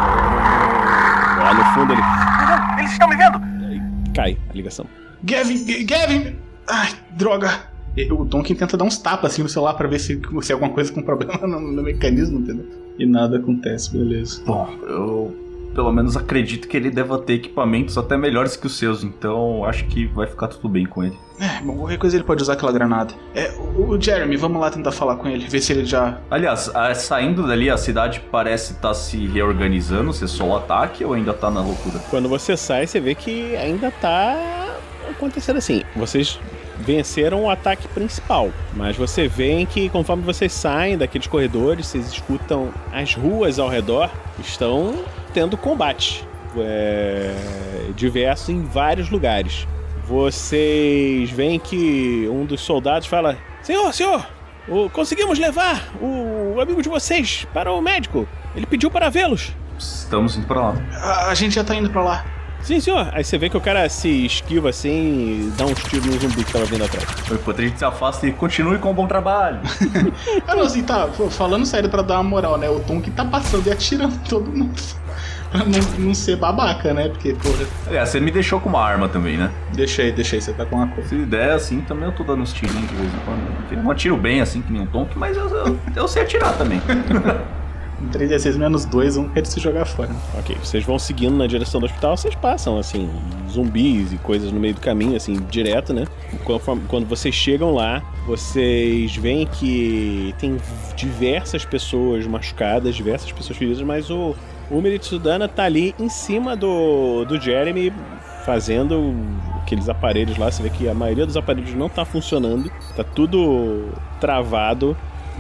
Lá no fundo ele... Eles estão me vendo! Aí cai a ligação. Gavin, Gavin! Ai, droga! O Tonkin tenta dar uns tapas assim no celular pra ver se, se é alguma coisa com problema no, no mecanismo, entendeu? E nada acontece, beleza. Bom, eu... Pelo menos acredito que ele deva ter equipamentos até melhores que os seus, então acho que vai ficar tudo bem com ele. É, bom, qualquer coisa ele pode usar aquela granada. É, o, o Jeremy, vamos lá tentar falar com ele, ver se ele já... Aliás, a, saindo dali, a cidade parece estar tá se reorganizando, se é só o ataque ou ainda tá na loucura? Quando você sai, você vê que ainda tá acontecendo assim. Vocês venceram o ataque principal, mas você vê que conforme vocês saem daqueles corredores, vocês escutam as ruas ao redor estão tendo combate é, diverso em vários lugares. Vocês veem que um dos soldados fala: Senhor, senhor, o, conseguimos levar o, o amigo de vocês para o médico. Ele pediu para vê-los. Estamos indo para lá. A, a gente já tá indo para lá. Sim, senhor. Aí você vê que o cara se esquiva assim e dá uns tiros no zumbi que tava vindo atrás. Enquanto a gente se afasta e continue com um bom trabalho. Ah, não, assim, tá, falando sério pra dar uma moral, né? O Tom que tá passando e atirando todo mundo. Pra não, não ser babaca, né? Porque, porra... Aliás, você me deixou com uma arma também, né? Deixei, deixei, você tá com uma coisa. Se der assim, também eu tô dando uns tirinhos de vez em quando. Eu não atiro bem assim, que nem um Tonk, mas eu, eu, eu sei atirar também. Um três D seis menos dois, um quer se jogar fora. Ok, vocês vão seguindo na direção do hospital, vocês passam, assim, zumbis e coisas no meio do caminho, assim, direto, né? Conforme, quando vocês chegam lá, vocês veem que tem diversas pessoas machucadas, diversas pessoas feridas, mas o, o Miritsudana tá ali em cima do, do Jeremy, fazendo aqueles aparelhos lá. Você vê que a maioria dos aparelhos não tá funcionando, tá tudo travado.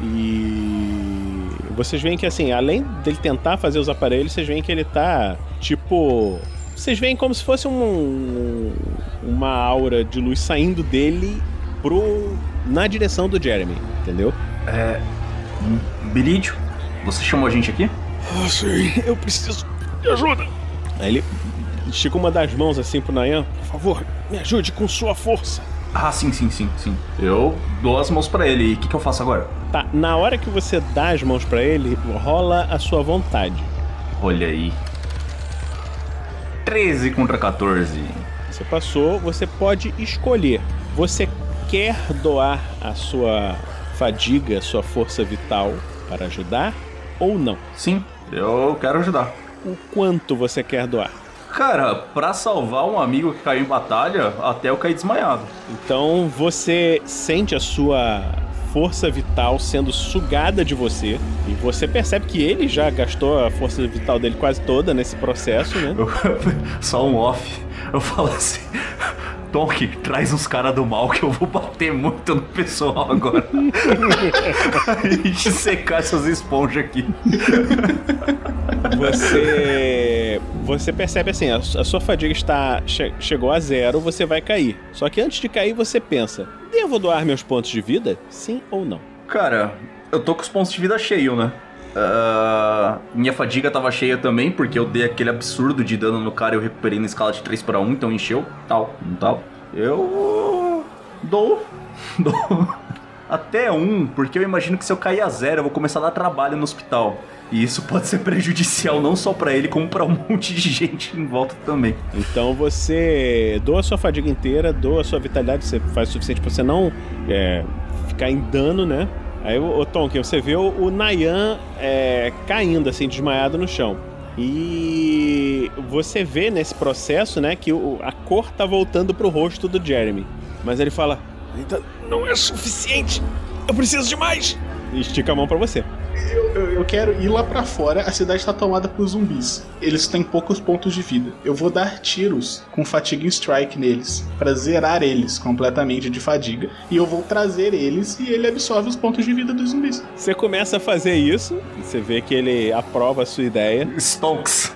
E vocês veem que, assim, além dele tentar fazer os aparelhos, vocês veem que ele tá, tipo... Vocês veem como se fosse um, uma aura de luz saindo dele pro, na direção do Jeremy, entendeu? É... Birídio, você chamou a gente aqui? Ah, sim, eu preciso de ajuda. Aí ele estica uma das mãos assim pro Nayan. Por favor, me ajude com sua força. Ah, sim, sim, sim, sim. Eu dou as mãos pra ele. E o que, que eu faço agora? Tá, na hora que você dá as mãos pra ele, rola a sua vontade. Olha aí. treze contra quatorze. Você passou, você pode escolher. Você quer doar a sua fadiga, a sua força vital para ajudar ou não? Sim, eu quero ajudar. O quanto você quer doar? Cara, pra salvar um amigo que caiu em batalha, até eu cair desmaiado. Então você sente a sua força vital sendo sugada de você. E você percebe que ele já gastou a força vital dele quase toda nesse processo, né? Só um off. Eu falo assim... Tonk, traz uns caras do mal que eu vou bater muito no pessoal agora. A gente secar essas esponjas aqui. Você... Você percebe assim, a, a sua fadiga está, che, chegou a zero, você vai cair. Só que antes de cair, você pensa, devo doar meus pontos de vida? Sim ou não? Cara, eu tô com os pontos de vida cheios, né? Uh, minha fadiga tava cheia também, porque eu dei aquele absurdo de dano no cara e eu recuperei na escala de três para um, então encheu, tal, tal. Eu dou, dou até um, porque eu imagino que se eu cair a zero eu vou começar a dar trabalho no hospital. E isso pode ser prejudicial não só pra ele, como pra um monte de gente em volta também. Então você doa a sua fadiga inteira, doa a sua vitalidade, você faz o suficiente pra você não é, ficar em dano, né? Aí, ô Tonkin, você vê o, o Nayan é, caindo, assim, desmaiado no chão. E você vê nesse processo, né, que o, a cor tá voltando pro rosto do Jeremy. Mas ele fala, ainda não é suficiente, eu preciso de mais. E estica a mão pra você. Eu, eu, eu quero ir lá pra fora, a cidade tá tomada por zumbis. Eles têm poucos pontos de vida. Eu vou dar tiros com Fatigue Strike neles, pra zerar eles completamente de fadiga. E eu vou trazer eles e ele absorve os pontos de vida dos zumbis. Você começa a fazer isso, você vê que ele aprova a sua ideia. Stonks.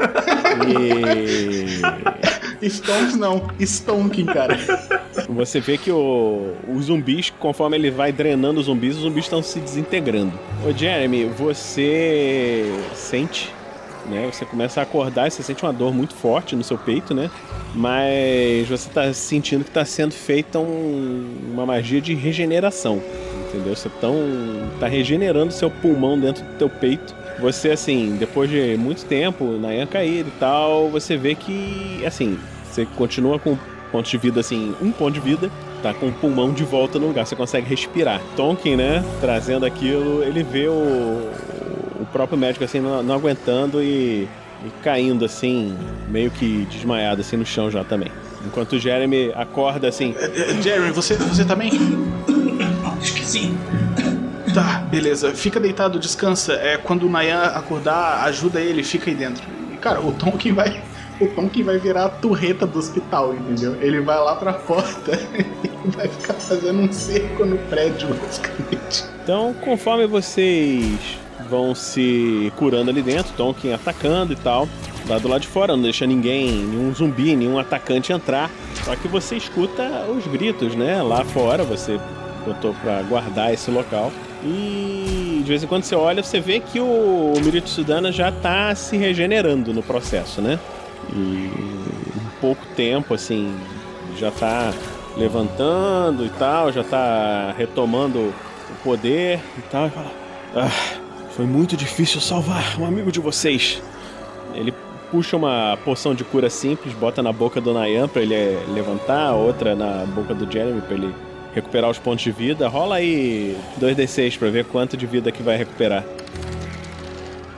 E... Stonks não, Stonking, cara. Você vê que o, os zumbis, conforme ele vai drenando os zumbis, os zumbis estão se desintegrando. Ô Jeremy, você sente, né? Você começa a acordar e você sente uma dor muito forte no seu peito, né? Mas você tá sentindo que tá sendo feita um, uma magia de regeneração, entendeu? Você tão, tá regenerando seu pulmão dentro do teu peito. Você, assim, depois de muito tempo, Nayan caído e tal, você vê que, assim, você continua com pontos de vida, assim, um ponto de vida, tá com o pulmão de volta no lugar, você consegue respirar. Tonkin, né, trazendo aquilo, ele vê o, o próprio médico, assim, não, não aguentando e, e caindo, assim, meio que desmaiado, assim, no chão já também. Enquanto o Jeremy acorda, assim... Jeremy, você, você também? Acho que sim. Tá, beleza. Fica deitado, descansa. É, quando o Nayan acordar, ajuda ele, fica aí dentro. E, cara, o Tonkin vai... O Tonkin vai virar a turreta do hospital, entendeu? Ele vai lá pra porta e vai ficar fazendo um cerco no prédio, basicamente. Então, conforme vocês vão se curando ali dentro, Tonkin atacando e tal, lá do lado de fora, não deixa ninguém, nenhum zumbi, nenhum atacante entrar. Só que você escuta os gritos, né? Lá fora, você botou pra guardar esse local. E de vez em quando você olha, você vê que o Miritsudana já tá se regenerando no processo, né? E em pouco tempo, assim, já tá levantando e tal, já tá retomando o poder e tal. E fala, ah, foi muito difícil salvar um amigo de vocês. Ele puxa uma poção de cura simples, bota na boca do Nayan pra ele levantar, outra na boca do Jeremy pra ele recuperar os pontos de vida. Rola aí dois D seis pra ver quanto de vida que vai recuperar.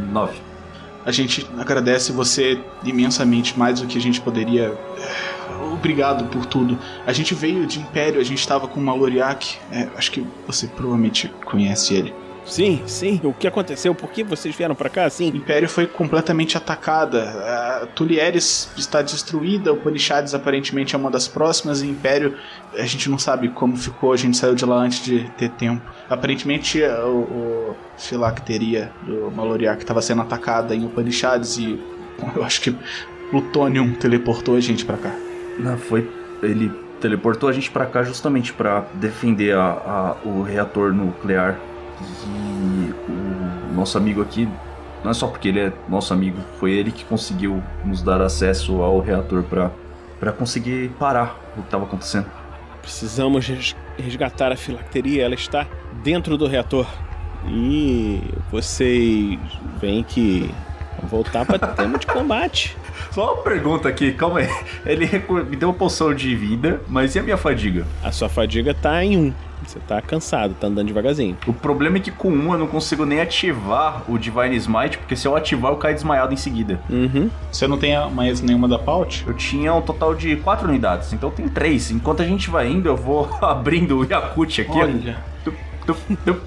nove. A gente agradece você imensamente, mais do que a gente poderia. Obrigado por tudo. A gente veio de Império, a gente estava com o Maloriak. É, acho que você provavelmente conhece ele. Sim, sim. O que aconteceu? Por que vocês vieram pra cá assim? Império foi completamente atacada. A Tulieres está destruída. O Upanishads aparentemente é uma das próximas. E Império, a gente não sabe como ficou. A gente saiu de lá antes de ter tempo. Aparentemente o, o Filacteria do Maloriak estava sendo atacada em Upanishads. E eu acho que Plutonium teleportou a gente pra cá. Não, foi... Ele teleportou a gente pra cá justamente pra defender a, a, o reator nuclear. E o nosso amigo aqui, não é só porque ele é nosso amigo, foi ele que conseguiu nos dar acesso ao reator pra, pra conseguir parar o que estava acontecendo. Precisamos resgatar a filacteria, ela está dentro do reator. E vocês veem que vão voltar para tema de combate. Só uma pergunta aqui, calma aí. Ele me deu uma poção de vida, mas e a minha fadiga? A sua fadiga tá em um. Você tá cansado, tá andando devagarzinho. O problema é que com um eu não consigo nem ativar o Divine Smite, porque se eu ativar eu caio desmaiado em seguida. Uhum. Você não tem mais nenhuma da Paut? Eu tinha um total de quatro unidades, então tem três. Enquanto a gente vai indo, eu vou abrindo o Yakut aqui. Olha. Tup, tup, tup.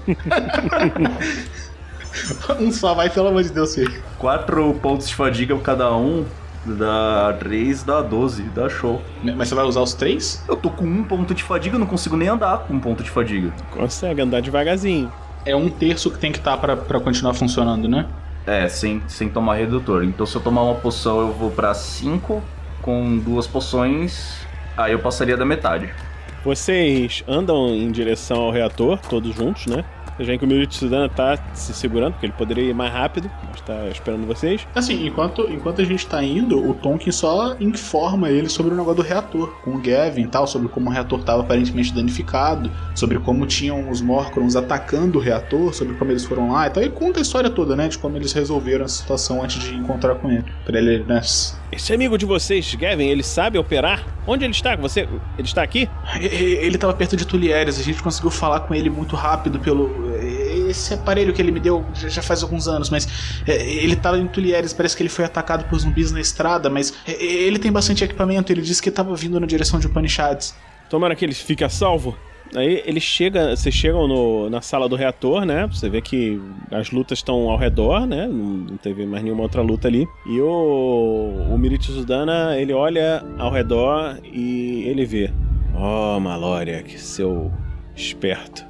Um só, vai, pelo amor de Deus, filho. Quatro pontos de fadiga cada um. Dá três, dá doze, dá show. Mas você vai usar os três? Eu tô com um ponto de fadiga, eu não consigo nem andar com um ponto de fadiga. Consegue andar devagarzinho. É um terço que tem que estar pra, pra continuar funcionando, né? É, sem, sem tomar redutor. Então se eu tomar uma poção eu vou pra cinco, com duas poções, aí eu passaria da metade. Vocês andam em direção ao reator, todos juntos, né? Vocês veem que o Miritsudan tá se segurando, porque ele poderia ir mais rápido, mas tá esperando vocês. Assim, enquanto, enquanto a gente tá indo, o Tonkin só informa ele sobre o negócio do reator, com o Gavin e tal, sobre como o reator tava aparentemente danificado, sobre como tinham os Morkrons atacando o reator, sobre como eles foram lá e tal. E conta a história toda, né, de como eles resolveram a situação antes de encontrar com ele. Pra ele, né? Esse amigo de vocês, Gavin, ele sabe operar? Onde ele está? Você, ele está aqui? Ele estava perto de Tulieres, a gente conseguiu falar com ele muito rápido pelo... Esse aparelho que ele me deu já faz alguns anos, mas ele estava em Tulieres, parece que ele foi atacado por zumbis na estrada, mas ele tem bastante equipamento, ele disse que estava vindo na direção de Upanishads. Tomara que ele fique a salvo. Aí ele chega, vocês chegam no, na sala do reator, né? Você vê que as lutas estão ao redor, né? Não, não teve mais nenhuma outra luta ali. E o, o Miritsudan, ele olha ao redor e ele vê. Oh, Maloriak, seu esperto.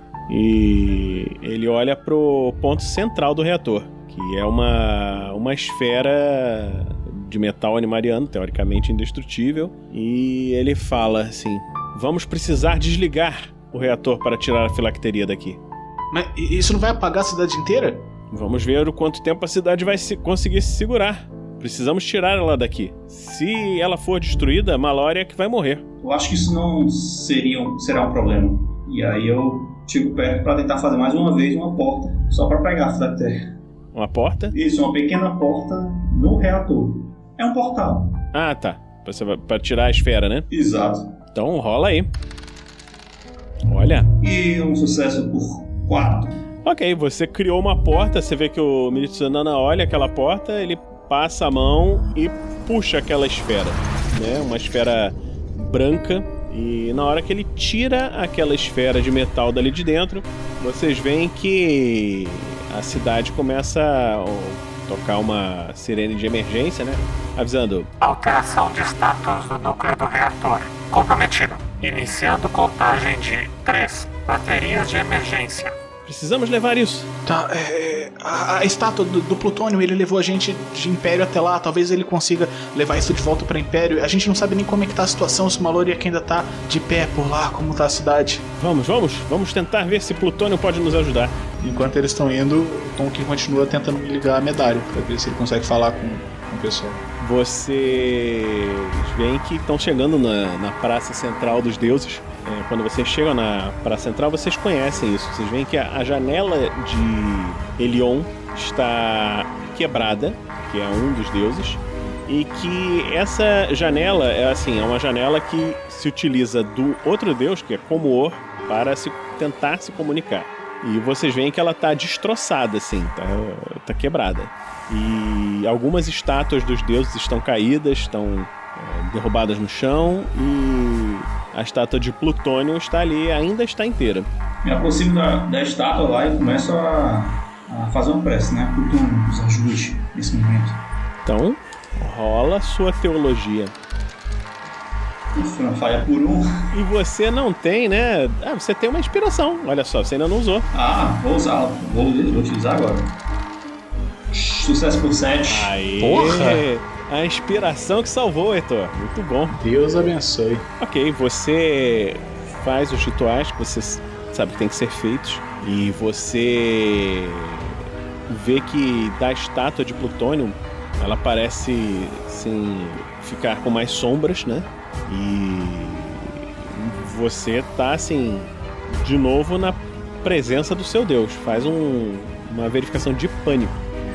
E ele olha pro ponto central do reator, que é uma, uma esfera de metal animariano, teoricamente indestrutível. E ele fala assim: vamos precisar desligar o reator para tirar a filacteria daqui. Mas isso não vai apagar a cidade inteira? Vamos ver o quanto tempo a cidade vai se conseguir se segurar. Precisamos tirar ela daqui. Se ela for destruída, Maloriak vai morrer. Eu acho que isso não seria um, será um problema. E aí eu chego perto para tentar fazer mais uma vez uma porta, só para pegar a filacteria. Uma porta? Isso, uma pequena porta no reator. É um portal. Ah, tá. Para tirar a esfera, né? Exato. Então rola aí. Olha. E um sucesso por quatro. Ok, você criou uma porta, você vê que o Miritsudan olha aquela porta, ele passa a mão e puxa aquela esfera, né? Uma esfera branca. E na hora que ele tira aquela esfera de metal dali de dentro, vocês veem que a cidade começa a tocar uma sirene de emergência, né? Avisando: alteração de status do núcleo do reator comprometido. Iniciando contagem de três baterias de emergência. Precisamos levar isso. Tá, é, a, a estátua do, do Plutônio, ele levou a gente de Império até lá. Talvez ele consiga levar isso de volta pra Império. A gente não sabe nem como é que tá a situação, se o Maloriak ainda tá de pé por lá, como tá a cidade. Vamos, vamos, vamos tentar ver se Plutônio pode nos ajudar. Enquanto eles estão indo, o Tonkin continua tentando ligar a medalha, pra ver se ele consegue falar com, com o pessoal. Vocês veem que estão chegando na, na Praça Central dos Deuses. É, quando vocês chegam na Praça Central, vocês conhecem isso. Vocês veem que a, a janela de Elion está quebrada, que é um dos deuses, e que essa janela é assim, é uma janela que se utiliza do outro deus, que é Komuor, para se tentar se comunicar. E vocês veem que ela tá destroçada, assim, tá, tá quebrada. E algumas estátuas dos deuses estão caídas, estão é, derrubadas no chão, e a estátua de Plutônio está ali, ainda está inteira. Me aproximo da, da estátua lá e começo a, a fazer uma prece, né? Plutônio nos ajude nesse momento. Então, rola sua teologia. Uma falha por um. E você não tem, né? Ah, você tem uma inspiração. Olha só, você ainda não usou. Ah, vou usar. Vou, vou utilizar agora. Sucesso por sete. Aê! Porra! A inspiração que salvou, Heitor. Muito bom. Deus abençoe. Ok, você faz os rituais que você sabe que tem que ser feitos. E você vê que da estátua de Plutônio, ela parece, assim, ficar com mais sombras, né? E você tá, assim, de novo na presença do seu Deus. Faz um, uma verificação de pânico.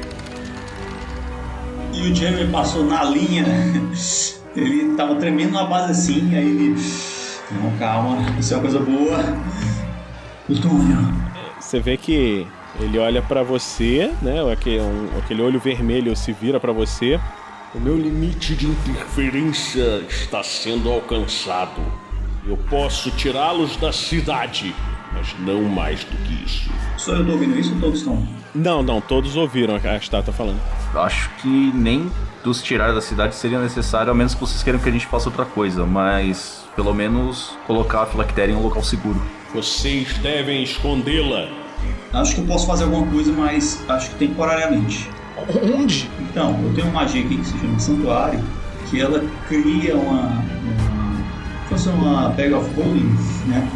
E o Jeremy passou na linha. Ele tava tremendo na base assim, aí ele... Não, calma, isso é uma coisa boa. Plutônio. Você vê que ele olha pra você, né? Aquele, um, aquele olho vermelho se vira pra você. O meu limite de interferência está sendo alcançado. Eu posso tirá-los da cidade, mas não mais do que isso. Só eu tô ouvindo isso ou todos estão? Não, não, todos ouviram a estátua falando. Acho que nem dos tirar da cidade seria necessário, a menos que vocês queiram que a gente faça outra coisa, mas pelo menos colocar a filactéria em um local seguro. Vocês devem escondê-la. Acho que eu posso fazer alguma coisa, mas acho que temporariamente. Onde? Então, eu tenho uma magia aqui que se chama Santuário, que ela cria uma... uma fosse uma Bag of Holding, né?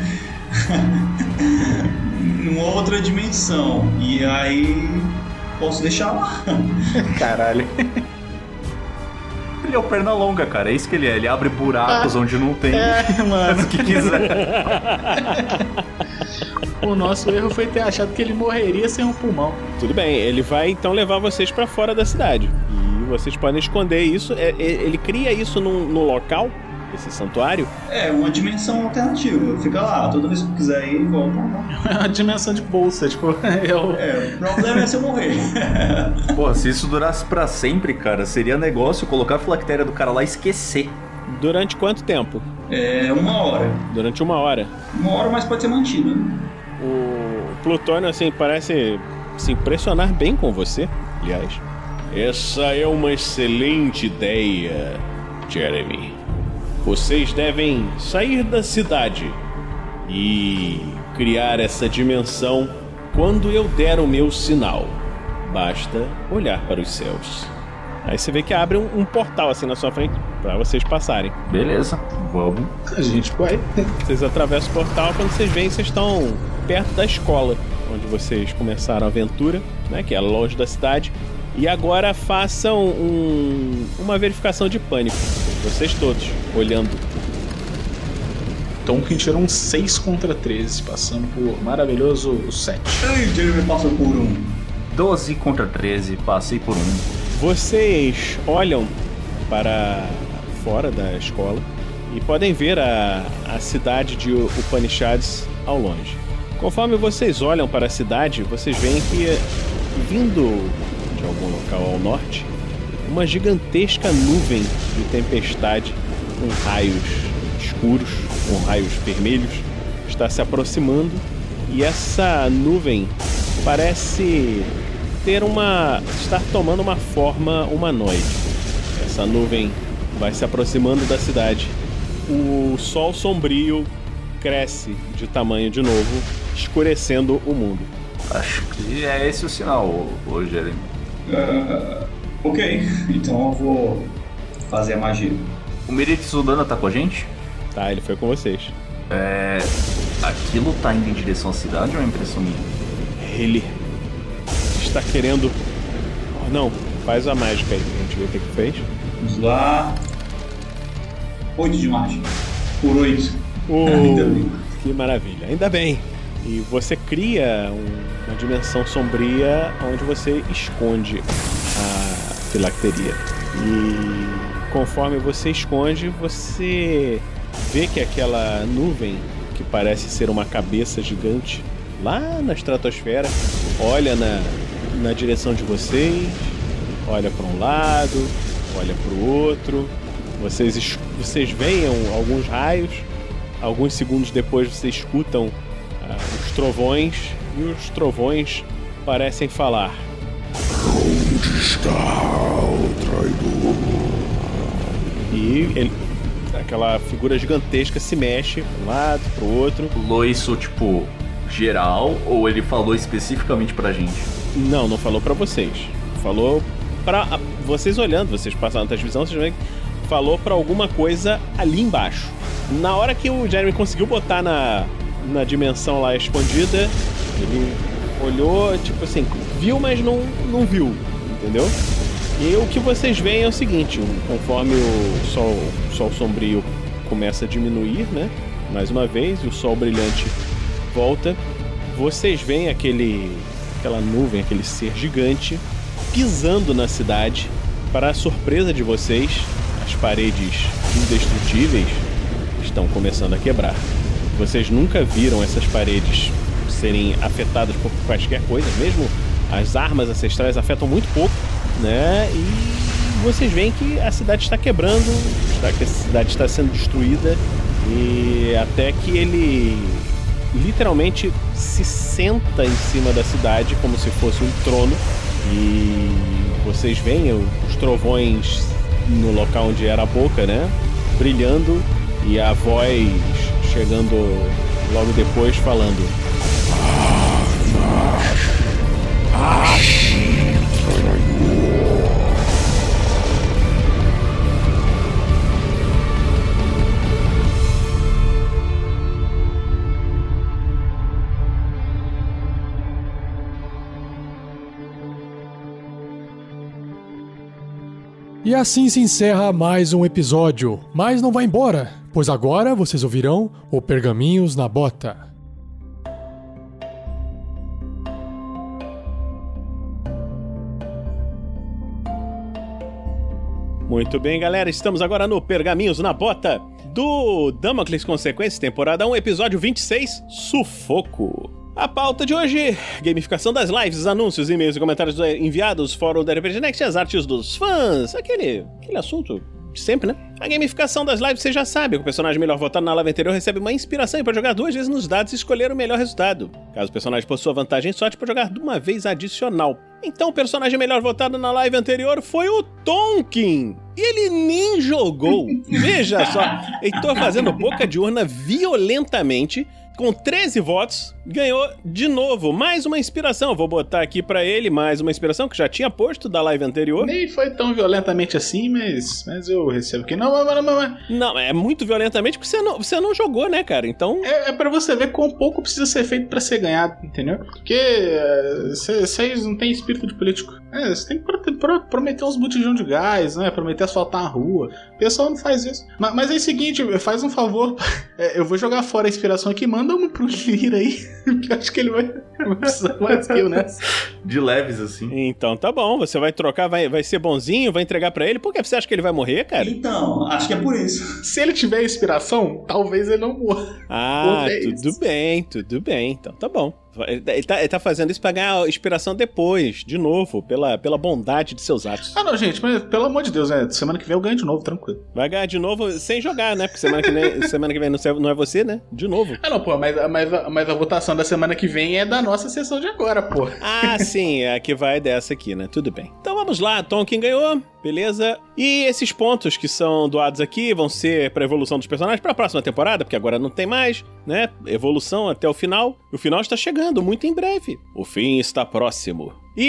Numa outra dimensão. E aí posso deixar lá. Caralho. Ele é o perna longa, cara. É isso que ele é. Ele abre buracos ah, onde não tem. É, mano. O que quiser. O nosso erro foi ter achado que ele morreria sem um pulmão. Tudo bem, ele vai então levar vocês pra fora da cidade. E vocês podem esconder isso. Ele cria isso no, no local, esse santuário. É, uma dimensão alternativa. Fica lá, toda vez que quiser ir, volta. É uma dimensão de bolsa, tipo. Eu... É, o problema é se eu morrer. Pô, se isso durasse pra sempre, cara, seria negócio colocar a filactéria do cara lá e esquecer. Durante quanto tempo? É, uma hora. Durante uma hora? Uma hora, mas pode ser mantido. O Plutônio, assim, parece se impressionar bem com você, aliás. Essa é uma excelente ideia, Jeremy. Vocês devem sair da cidade e criar essa dimensão quando eu der o meu sinal. Basta olhar para os céus. Aí você vê que abre um, um portal assim na sua frente pra vocês passarem. Beleza, vamos. A gente vai. Vocês atravessam o portal, quando vocês veem, vocês estão perto da escola onde vocês começaram a aventura, né? Que é longe da cidade. E agora façam um, uma verificação de pânico. Vocês todos, olhando. Tonkin tirou um seis contra treze, passando por maravilhoso sete. Ai, o Jeremy passou por um. doze contra treze, passei por um. Vocês olham para fora da escola e podem ver a, a cidade de Upanishads ao longe. Conforme vocês olham para a cidade, vocês veem que, vindo de algum local ao norte, uma gigantesca nuvem de tempestade com raios escuros, com raios vermelhos, está se aproximando, e essa nuvem parece ter uma... estar tomando uma forma humanoide. Essa nuvem vai se aproximando da cidade. O sol sombrio cresce de tamanho de novo, escurecendo o mundo. Acho que é esse o sinal, ô Jeremy. Uh, ok, então eu vou fazer a magia. O Merit Sudana tá com a gente? Tá, ele foi com vocês. É... Aquilo tá indo em direção à cidade ou é uma impressão minha? Ele está querendo... Oh, não, faz a mágica aí, a gente vê o que que fez. Vamos lá. oito de mágica. Por oito. Oh, que maravilha, ainda bem. E você cria um, uma dimensão sombria onde você esconde a filacteria. E conforme você esconde, você vê que aquela nuvem, que parece ser uma cabeça gigante, lá na estratosfera, olha na, na direção de vocês, olha para um lado, olha para o outro. Vocês, vocês veem alguns raios, alguns segundos depois vocês escutam ah, os trovões, e os trovões parecem falar: onde está o traidor? E ele, aquela figura gigantesca se mexe para um lado, para o outro. Falou isso, tipo, geral, ou ele falou especificamente pra gente? Não, não falou pra vocês. Falou pra vocês olhando, vocês passaram na televisão, vocês veem que falou pra alguma coisa ali embaixo. Na hora que o Jeremy conseguiu botar na, na dimensão lá expandida, ele olhou, tipo assim, viu, mas não, não viu, entendeu? E o que vocês veem é o seguinte: conforme o sol, o sol sombrio começa a diminuir, né? Mais uma vez, e o sol brilhante volta, vocês veem aquele, aquela nuvem, aquele ser gigante pisando na cidade. Para a surpresa de vocês, as paredes indestrutíveis estão começando a quebrar. Vocês nunca viram essas paredes serem afetadas por quaisquer coisa, mesmo as armas ancestrais afetam muito pouco, né? E vocês veem que a cidade está quebrando, está, que a cidade está sendo destruída, e até que ele literalmente se senta em cima da cidade como se fosse um trono. E vocês veem os trovões no local onde era a boca, né? Brilhando, e a voz chegando logo depois falando: E assim se encerra mais um episódio. Mas não vai embora, pois agora vocês ouvirão o Pergaminhos na Bota. Muito bem, galera, estamos agora no Pergaminhos na Bota do Damocles Consequências, temporada um, episódio vinte e seis, Sufoco. A pauta de hoje: gamificação das lives, anúncios, e-mails e comentários enviados, fórum da R P G Next e as artes dos fãs. Aquele, aquele assunto de sempre, né? A gamificação das lives, você já sabe, o personagem melhor votado na live anterior recebe uma inspiração e pode jogar duas vezes nos dados e escolher o melhor resultado. Caso o personagem possua vantagem em sorte, pode jogar de uma vez adicional. Então o personagem melhor votado na live anterior foi o Tonkin. E ele nem jogou. Veja só, Heitor fazendo boca de urna violentamente, com treze votos, ganhou de novo mais uma inspiração. Eu vou botar aqui pra ele mais uma inspiração que já tinha posto da live anterior. Nem foi tão violentamente assim, mas, mas eu recebo aqui. Não, não, não, não. Não, é muito violentamente porque você não, você não jogou, né, cara? Então... É, é pra você ver quão pouco precisa ser feito pra ser ganhado, entendeu? Porque vocês uh, não têm espírito de político. É, você tem que pro, pro, prometer uns botijão de gás, né? Prometer asfaltar a rua. O pessoal não faz isso. Mas, mas é o seguinte, faz um favor. É, eu vou jogar fora a inspiração aqui, manda uma pro Lira aí, que eu acho que ele vai precisar mais que eu nessa. De leves, assim. Então tá bom, você vai trocar, vai, vai ser bonzinho, vai entregar pra ele. Por que você acha que ele vai morrer, cara? Então, acho que é por isso. Se ele tiver inspiração, talvez ele não morra. Ah, tudo bem, tudo bem. Então tá bom. Ele tá, ele tá fazendo isso pra ganhar inspiração depois, de novo, pela, pela bondade de seus atos. Ah, não, gente, mas pelo amor de Deus, né? Semana que vem eu ganho de novo, tranquilo. Vai ganhar de novo sem jogar, né? Porque semana que vem, semana que vem não é você, né? De novo. Ah, não, pô, mas, mas, mas a votação da semana que vem é da nossa sessão de agora, pô. Ah, sim, é a que vai dessa aqui, né? Tudo bem. Então vamos lá, Tonkin ganhou, beleza? E esses pontos que são doados aqui vão ser pra evolução dos personagens pra próxima temporada, porque agora não tem mais, né? Evolução até o final. O final está chegando muito em breve. O fim está próximo.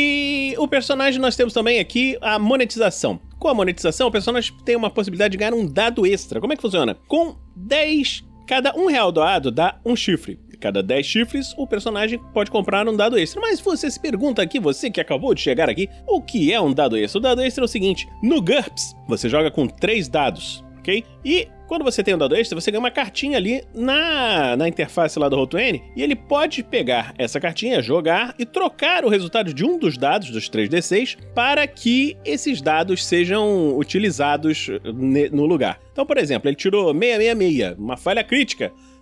E o personagem, nós temos também aqui a monetização. Com a monetização, o personagem tem uma possibilidade de ganhar um dado extra. Como é que funciona? Com dez, cada um real doado dá um chifre. Cada dez chifres, o personagem pode comprar um dado extra. Mas você se pergunta aqui, você que acabou de chegar aqui, o que é um dado extra? O dado extra é o seguinte: no GURPS, você joga com três dados, ok? E quando você tem um dado extra, você ganha uma cartinha ali na, na interface lá do roll vinte, e ele pode pegar essa cartinha, jogar e trocar o resultado de um dos dados, dos três D seis, para que esses dados sejam utilizados no lugar. Então, por exemplo, ele tirou seiscentos e sessenta e seis, uma falha crítica.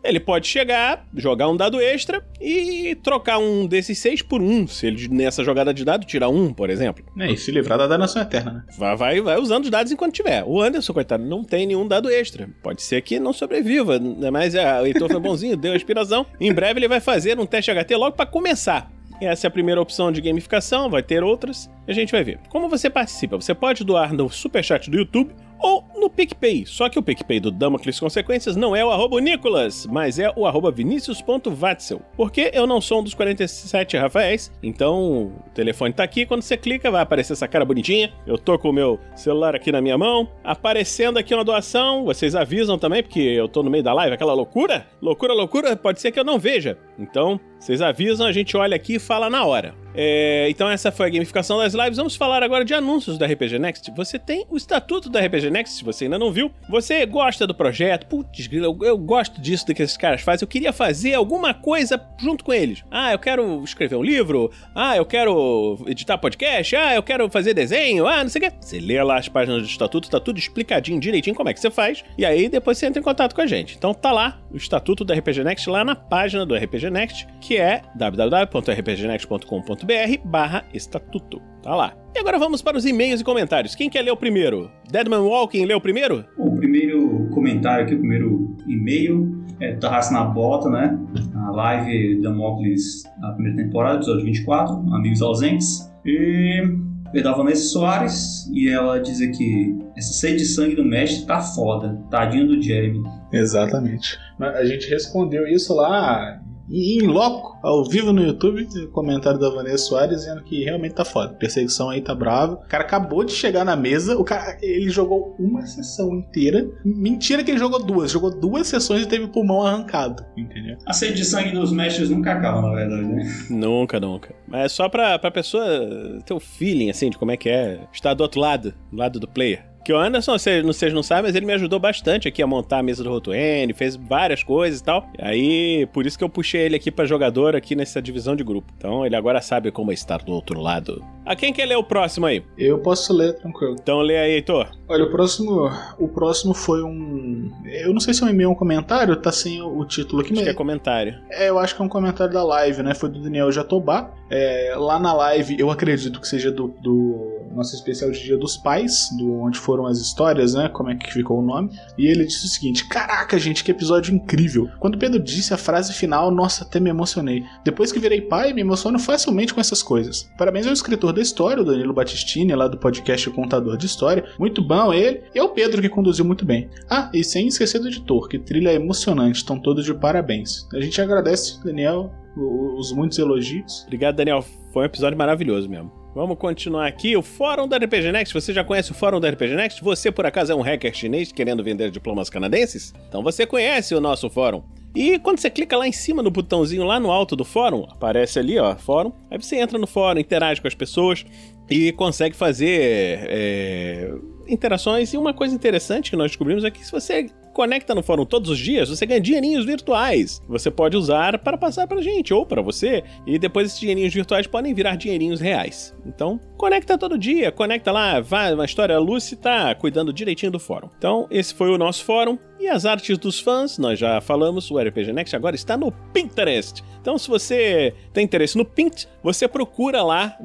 ele pode chegar, jogar um dado extra e trocar um desses seis por um, se ele nessa jogada de dado tirar um, por exemplo. É, e se livrar da danação eterna, né? Vai, vai, vai usando os dados enquanto tiver. O Anderson, coitado, não tem nenhum dado extra. Pode ser que não sobreviva, mas é, o Heitor foi bonzinho, deu a inspiração. Em breve ele vai fazer um teste H T logo pra começar. Essa é a primeira opção de gamificação, vai ter outras, e a gente vai ver. Como você participa? Você pode doar no Superchat do YouTube ou no PicPay. Só que o PicPay do Damocles Consequências não é o arroba Nicolas, mas é o arroba Vinicius ponto Vatzel. Porque eu não sou um dos quarenta e sete Rafaéis, então o telefone tá aqui, quando você clica vai aparecer essa cara bonitinha. Eu tô com o meu celular aqui na minha mão, aparecendo aqui uma doação, vocês avisam também, porque eu tô no meio da live, aquela loucura, loucura, loucura, pode ser que eu não veja. Então, vocês avisam, a gente olha aqui e fala na hora. É, então essa foi a gamificação das lives. Vamos falar agora de anúncios da R P G Next. Você tem o estatuto da R P G Next, se você ainda não viu. Você gosta do projeto? Putz, eu, eu gosto disso do que esses caras fazem. Eu queria fazer alguma coisa junto com eles. Ah, eu quero escrever um livro. Ah, eu quero editar podcast. Ah, eu quero fazer desenho. Ah, não sei o que. Você lê lá as páginas do estatuto, tá tudo explicadinho direitinho como é que você faz. E aí depois você entra em contato com a gente. Então tá lá o estatuto da R P G Next lá na página do R P G Next, que é w w w ponto r p g next ponto com ponto b r barra estatuto. Tá lá. E agora vamos para os e-mails e comentários. Quem quer ler o primeiro? Deadman Walking lê o primeiro? O primeiro comentário aqui, o primeiro e-mail é da Raça na Bota, né? A live da Damocles, a primeira temporada, episódio vinte e quatro, Amigos Ausentes. E é da Vanessa Soares, e ela diz aqui: essa sede de sangue do mestre tá foda, tadinho do Jeremy. Exatamente. A gente respondeu isso lá em loco, ao vivo no YouTube, comentário da Vanessa Soares dizendo que realmente tá foda, a perseguição aí tá brava. O cara acabou de chegar na mesa, o cara, ele jogou uma sessão inteira. Mentira que ele jogou duas, jogou duas sessões e teve o pulmão arrancado, entendeu? A sede de sangue dos mestres nunca acaba, na verdade, né? Nunca, nunca. Mas é só pra, pra pessoa ter o feeling, assim, de como é que é estar do outro lado, do lado do player. Que o Anderson, vocês não sabem, mas ele me ajudou bastante aqui a montar a mesa do Roll vinte, fez várias coisas e tal. Aí, por isso que eu puxei ele aqui pra jogador aqui nessa divisão de grupo. Então, ele agora sabe como é estar do outro lado. A quem quer ler o próximo aí? Eu posso ler, tranquilo. Então, lê aí, Heitor. Olha, o próximo, o próximo foi um... Eu não sei se é um e-mail ou um comentário, tá sem o, o título aqui. Acho mas... que é comentário. É, eu acho que é um comentário da live, né? Foi do Daniel Jatobá. É, lá na live, eu acredito que seja do, do nosso especial de Dia dos Pais, do onde foram as histórias, né? Como é que ficou o nome. E ele disse o seguinte: caraca, gente, que episódio incrível. Quando o Pedro disse a frase final, nossa, até me emocionei. Depois que virei pai, me emociono facilmente com essas coisas. Parabéns ao escritor da história, o Danilo Battistini, lá do podcast Contador de História. Muito bom ele. E ao Pedro, que conduziu muito bem. Ah, e sem esquecer do editor, que trilha emocionante. Estão todos de parabéns. A gente agradece, Daniel, os muitos elogios. Obrigado, Daniel. Foi um episódio maravilhoso mesmo. Vamos continuar aqui. O fórum da R P G Next. Você já conhece o fórum da R P G Next? Você, por acaso, é um hacker chinês querendo vender diplomas canadenses? Então você conhece o nosso fórum. E quando você clica lá em cima no botãozinho lá no alto do fórum, aparece ali, ó, fórum. Aí você entra no fórum, interage com as pessoas e consegue fazer é, interações. E uma coisa interessante que nós descobrimos é que se você conecta no fórum todos os dias, você ganha dinheirinhos virtuais. Você pode usar para passar pra gente ou para você. E depois esses dinheirinhos virtuais podem virar dinheirinhos reais. Então, conecta todo dia, conecta lá, vai, uma história. A Lucy tá cuidando direitinho do fórum. Então, esse foi o nosso fórum. E as artes dos fãs, nós já falamos, o R P G Next agora está no Pinterest. Então, se você tem interesse no Pint, você procura lá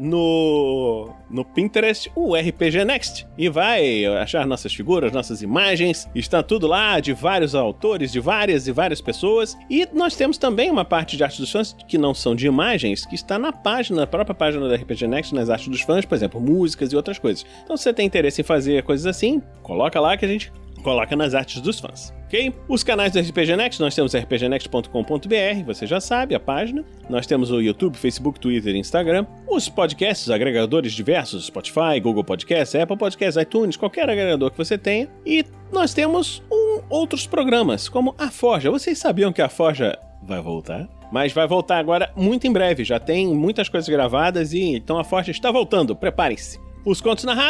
no, no Pinterest o R P G Next e vai achar nossas figuras, nossas imagens. Está tudo lá, de vários autores, de várias e várias pessoas. E nós temos também uma parte de artes dos fãs que não são de imagens, que está na página, na própria página do R P G Next, nas artes dos fãs, por exemplo, músicas e outras coisas. Então, se você tem interesse em fazer coisas assim, coloca lá que a gente coloca nas artes dos fãs, ok? Os canais do R P G Next, nós temos r p g next ponto com ponto b r, você já sabe, a página. Nós temos o YouTube, Facebook, Twitter e Instagram. Os podcasts, agregadores diversos, Spotify, Google Podcasts, Apple Podcasts, iTunes, qualquer agregador que você tenha. E nós temos um, outros programas, como a Forja. Vocês sabiam que a Forja vai voltar? Mas vai voltar agora muito em breve, já tem muitas coisas gravadas e então a Forja está voltando, preparem-se. Os contos narrados,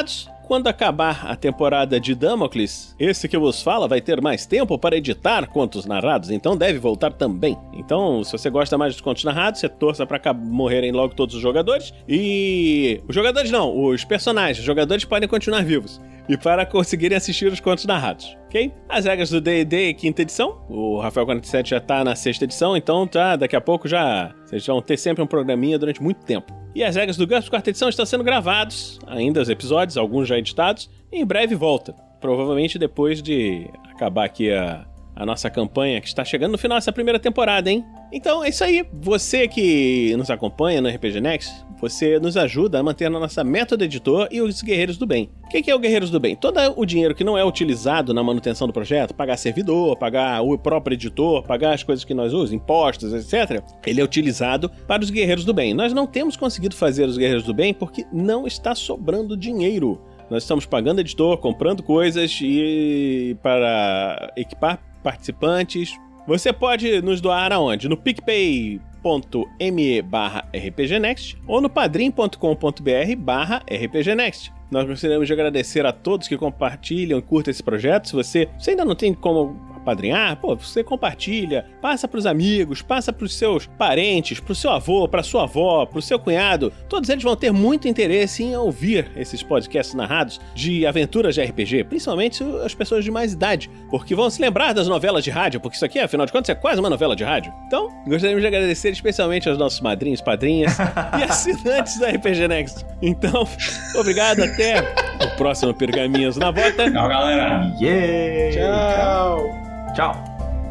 quando acabar a temporada de Damocles, esse que vos fala vai ter mais tempo para editar contos narrados, então deve voltar também. Então, se você gosta mais dos contos narrados, você torça para morrerem logo todos os jogadores. E... os jogadores não, os personagens. Os jogadores podem continuar vivos. E para conseguirem assistir os contos narrados, ok? As regras do D e D quinta edição. O Rafael quarenta e sete já tá na sexta edição, então tá, daqui a pouco já... vocês vão ter sempre um programinha durante muito tempo. E as regras do GURPS quarta edição estão sendo gravados, ainda os episódios, alguns já editados, e em breve volta. Provavelmente depois de acabar aqui a, a nossa campanha, que está chegando no final dessa primeira temporada, hein? Então é isso aí. Você que nos acompanha no R P G Next, você nos ajuda a manter a nossa meta do editor e os Guerreiros do Bem. O que é o Guerreiros do Bem? Todo o dinheiro que não é utilizado na manutenção do projeto, pagar servidor, pagar o próprio editor, pagar as coisas que nós usamos, impostos, etcétera, ele é utilizado para os Guerreiros do Bem. Nós não temos conseguido fazer os Guerreiros do Bem porque não está sobrando dinheiro. Nós estamos pagando editor, comprando coisas e para equipar participantes. Você pode nos doar aonde? No picpay.me barra rpgnext ou no padrim.com.br barra rpgnext. Nós gostaríamos de agradecer a todos que compartilham e curtem esse projeto. Se você, você ainda não tem como apadrinhar, pô, você compartilha, passa pros amigos, passa pros seus parentes, pro seu avô, pra sua avó, pro seu cunhado. Todos eles vão ter muito interesse em ouvir esses podcasts narrados de aventuras de R P G, principalmente as pessoas de mais idade, porque vão se lembrar das novelas de rádio, porque isso aqui, afinal de contas, é quase uma novela de rádio. Então, gostaríamos de agradecer especialmente aos nossos madrinhos, padrinhas e assinantes da R P G Next. Então, obrigado, até o próximo Pergaminhos na Bota. Tchau, galera. Yeah. Tchau. Tchau.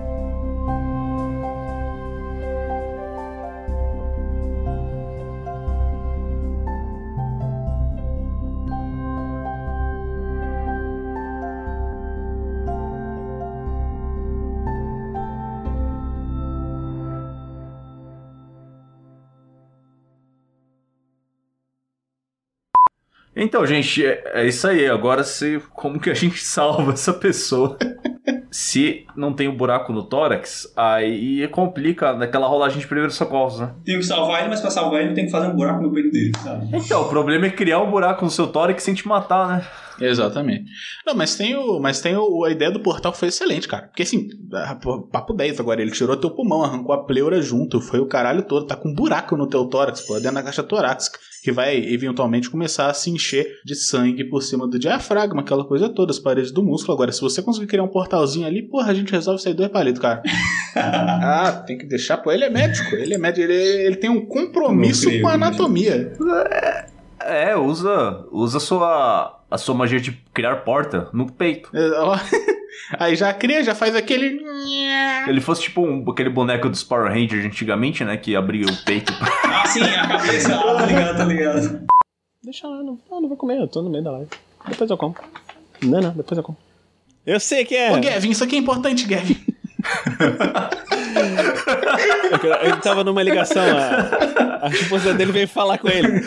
Então, gente, é, é isso aí. Agora, se, como que a gente salva essa pessoa? Se não tem um buraco no tórax, aí complica naquela rolagem de primeiros socorros, né? Tem que salvar ele, mas pra salvar ele tem que fazer um buraco no peito dele, sabe? Então, o problema é criar um buraco no seu tórax sem te matar, né? Exatamente. Não, mas tem, o, mas tem o, a ideia do portal que foi excelente, cara. Porque assim, papo dez agora, ele tirou teu pulmão, arrancou a pleura junto, foi o caralho todo, tá com um buraco no teu tórax, pô, dentro da caixa torácica, que vai eventualmente começar a se encher de sangue por cima do diafragma, aquela coisa toda, as paredes do músculo. Agora, se você conseguir criar um portalzinho ali, porra, a gente resolve sair dois palitos, cara. Ah, tem que deixar, pô, ele é médico, ele é médico, ele, ele tem um compromisso creio, com a anatomia. É, usa, usa a sua, a sua magia de criar porta no peito. Aí já cria, já faz aquele... Ele fosse tipo um, aquele boneco dos Power Rangers antigamente, né? Que abria o peito. Ah, sim, a cabeça. Ah, tá ligado, tá ligado. Deixa lá, não, não, não vou comer, eu tô no meio da live. Depois eu como. Não, não, depois eu como. Eu sei que é... Ô, Gavin, isso aqui é importante, Gavin. Ele tava numa ligação, a, a esposa dele veio falar com ele.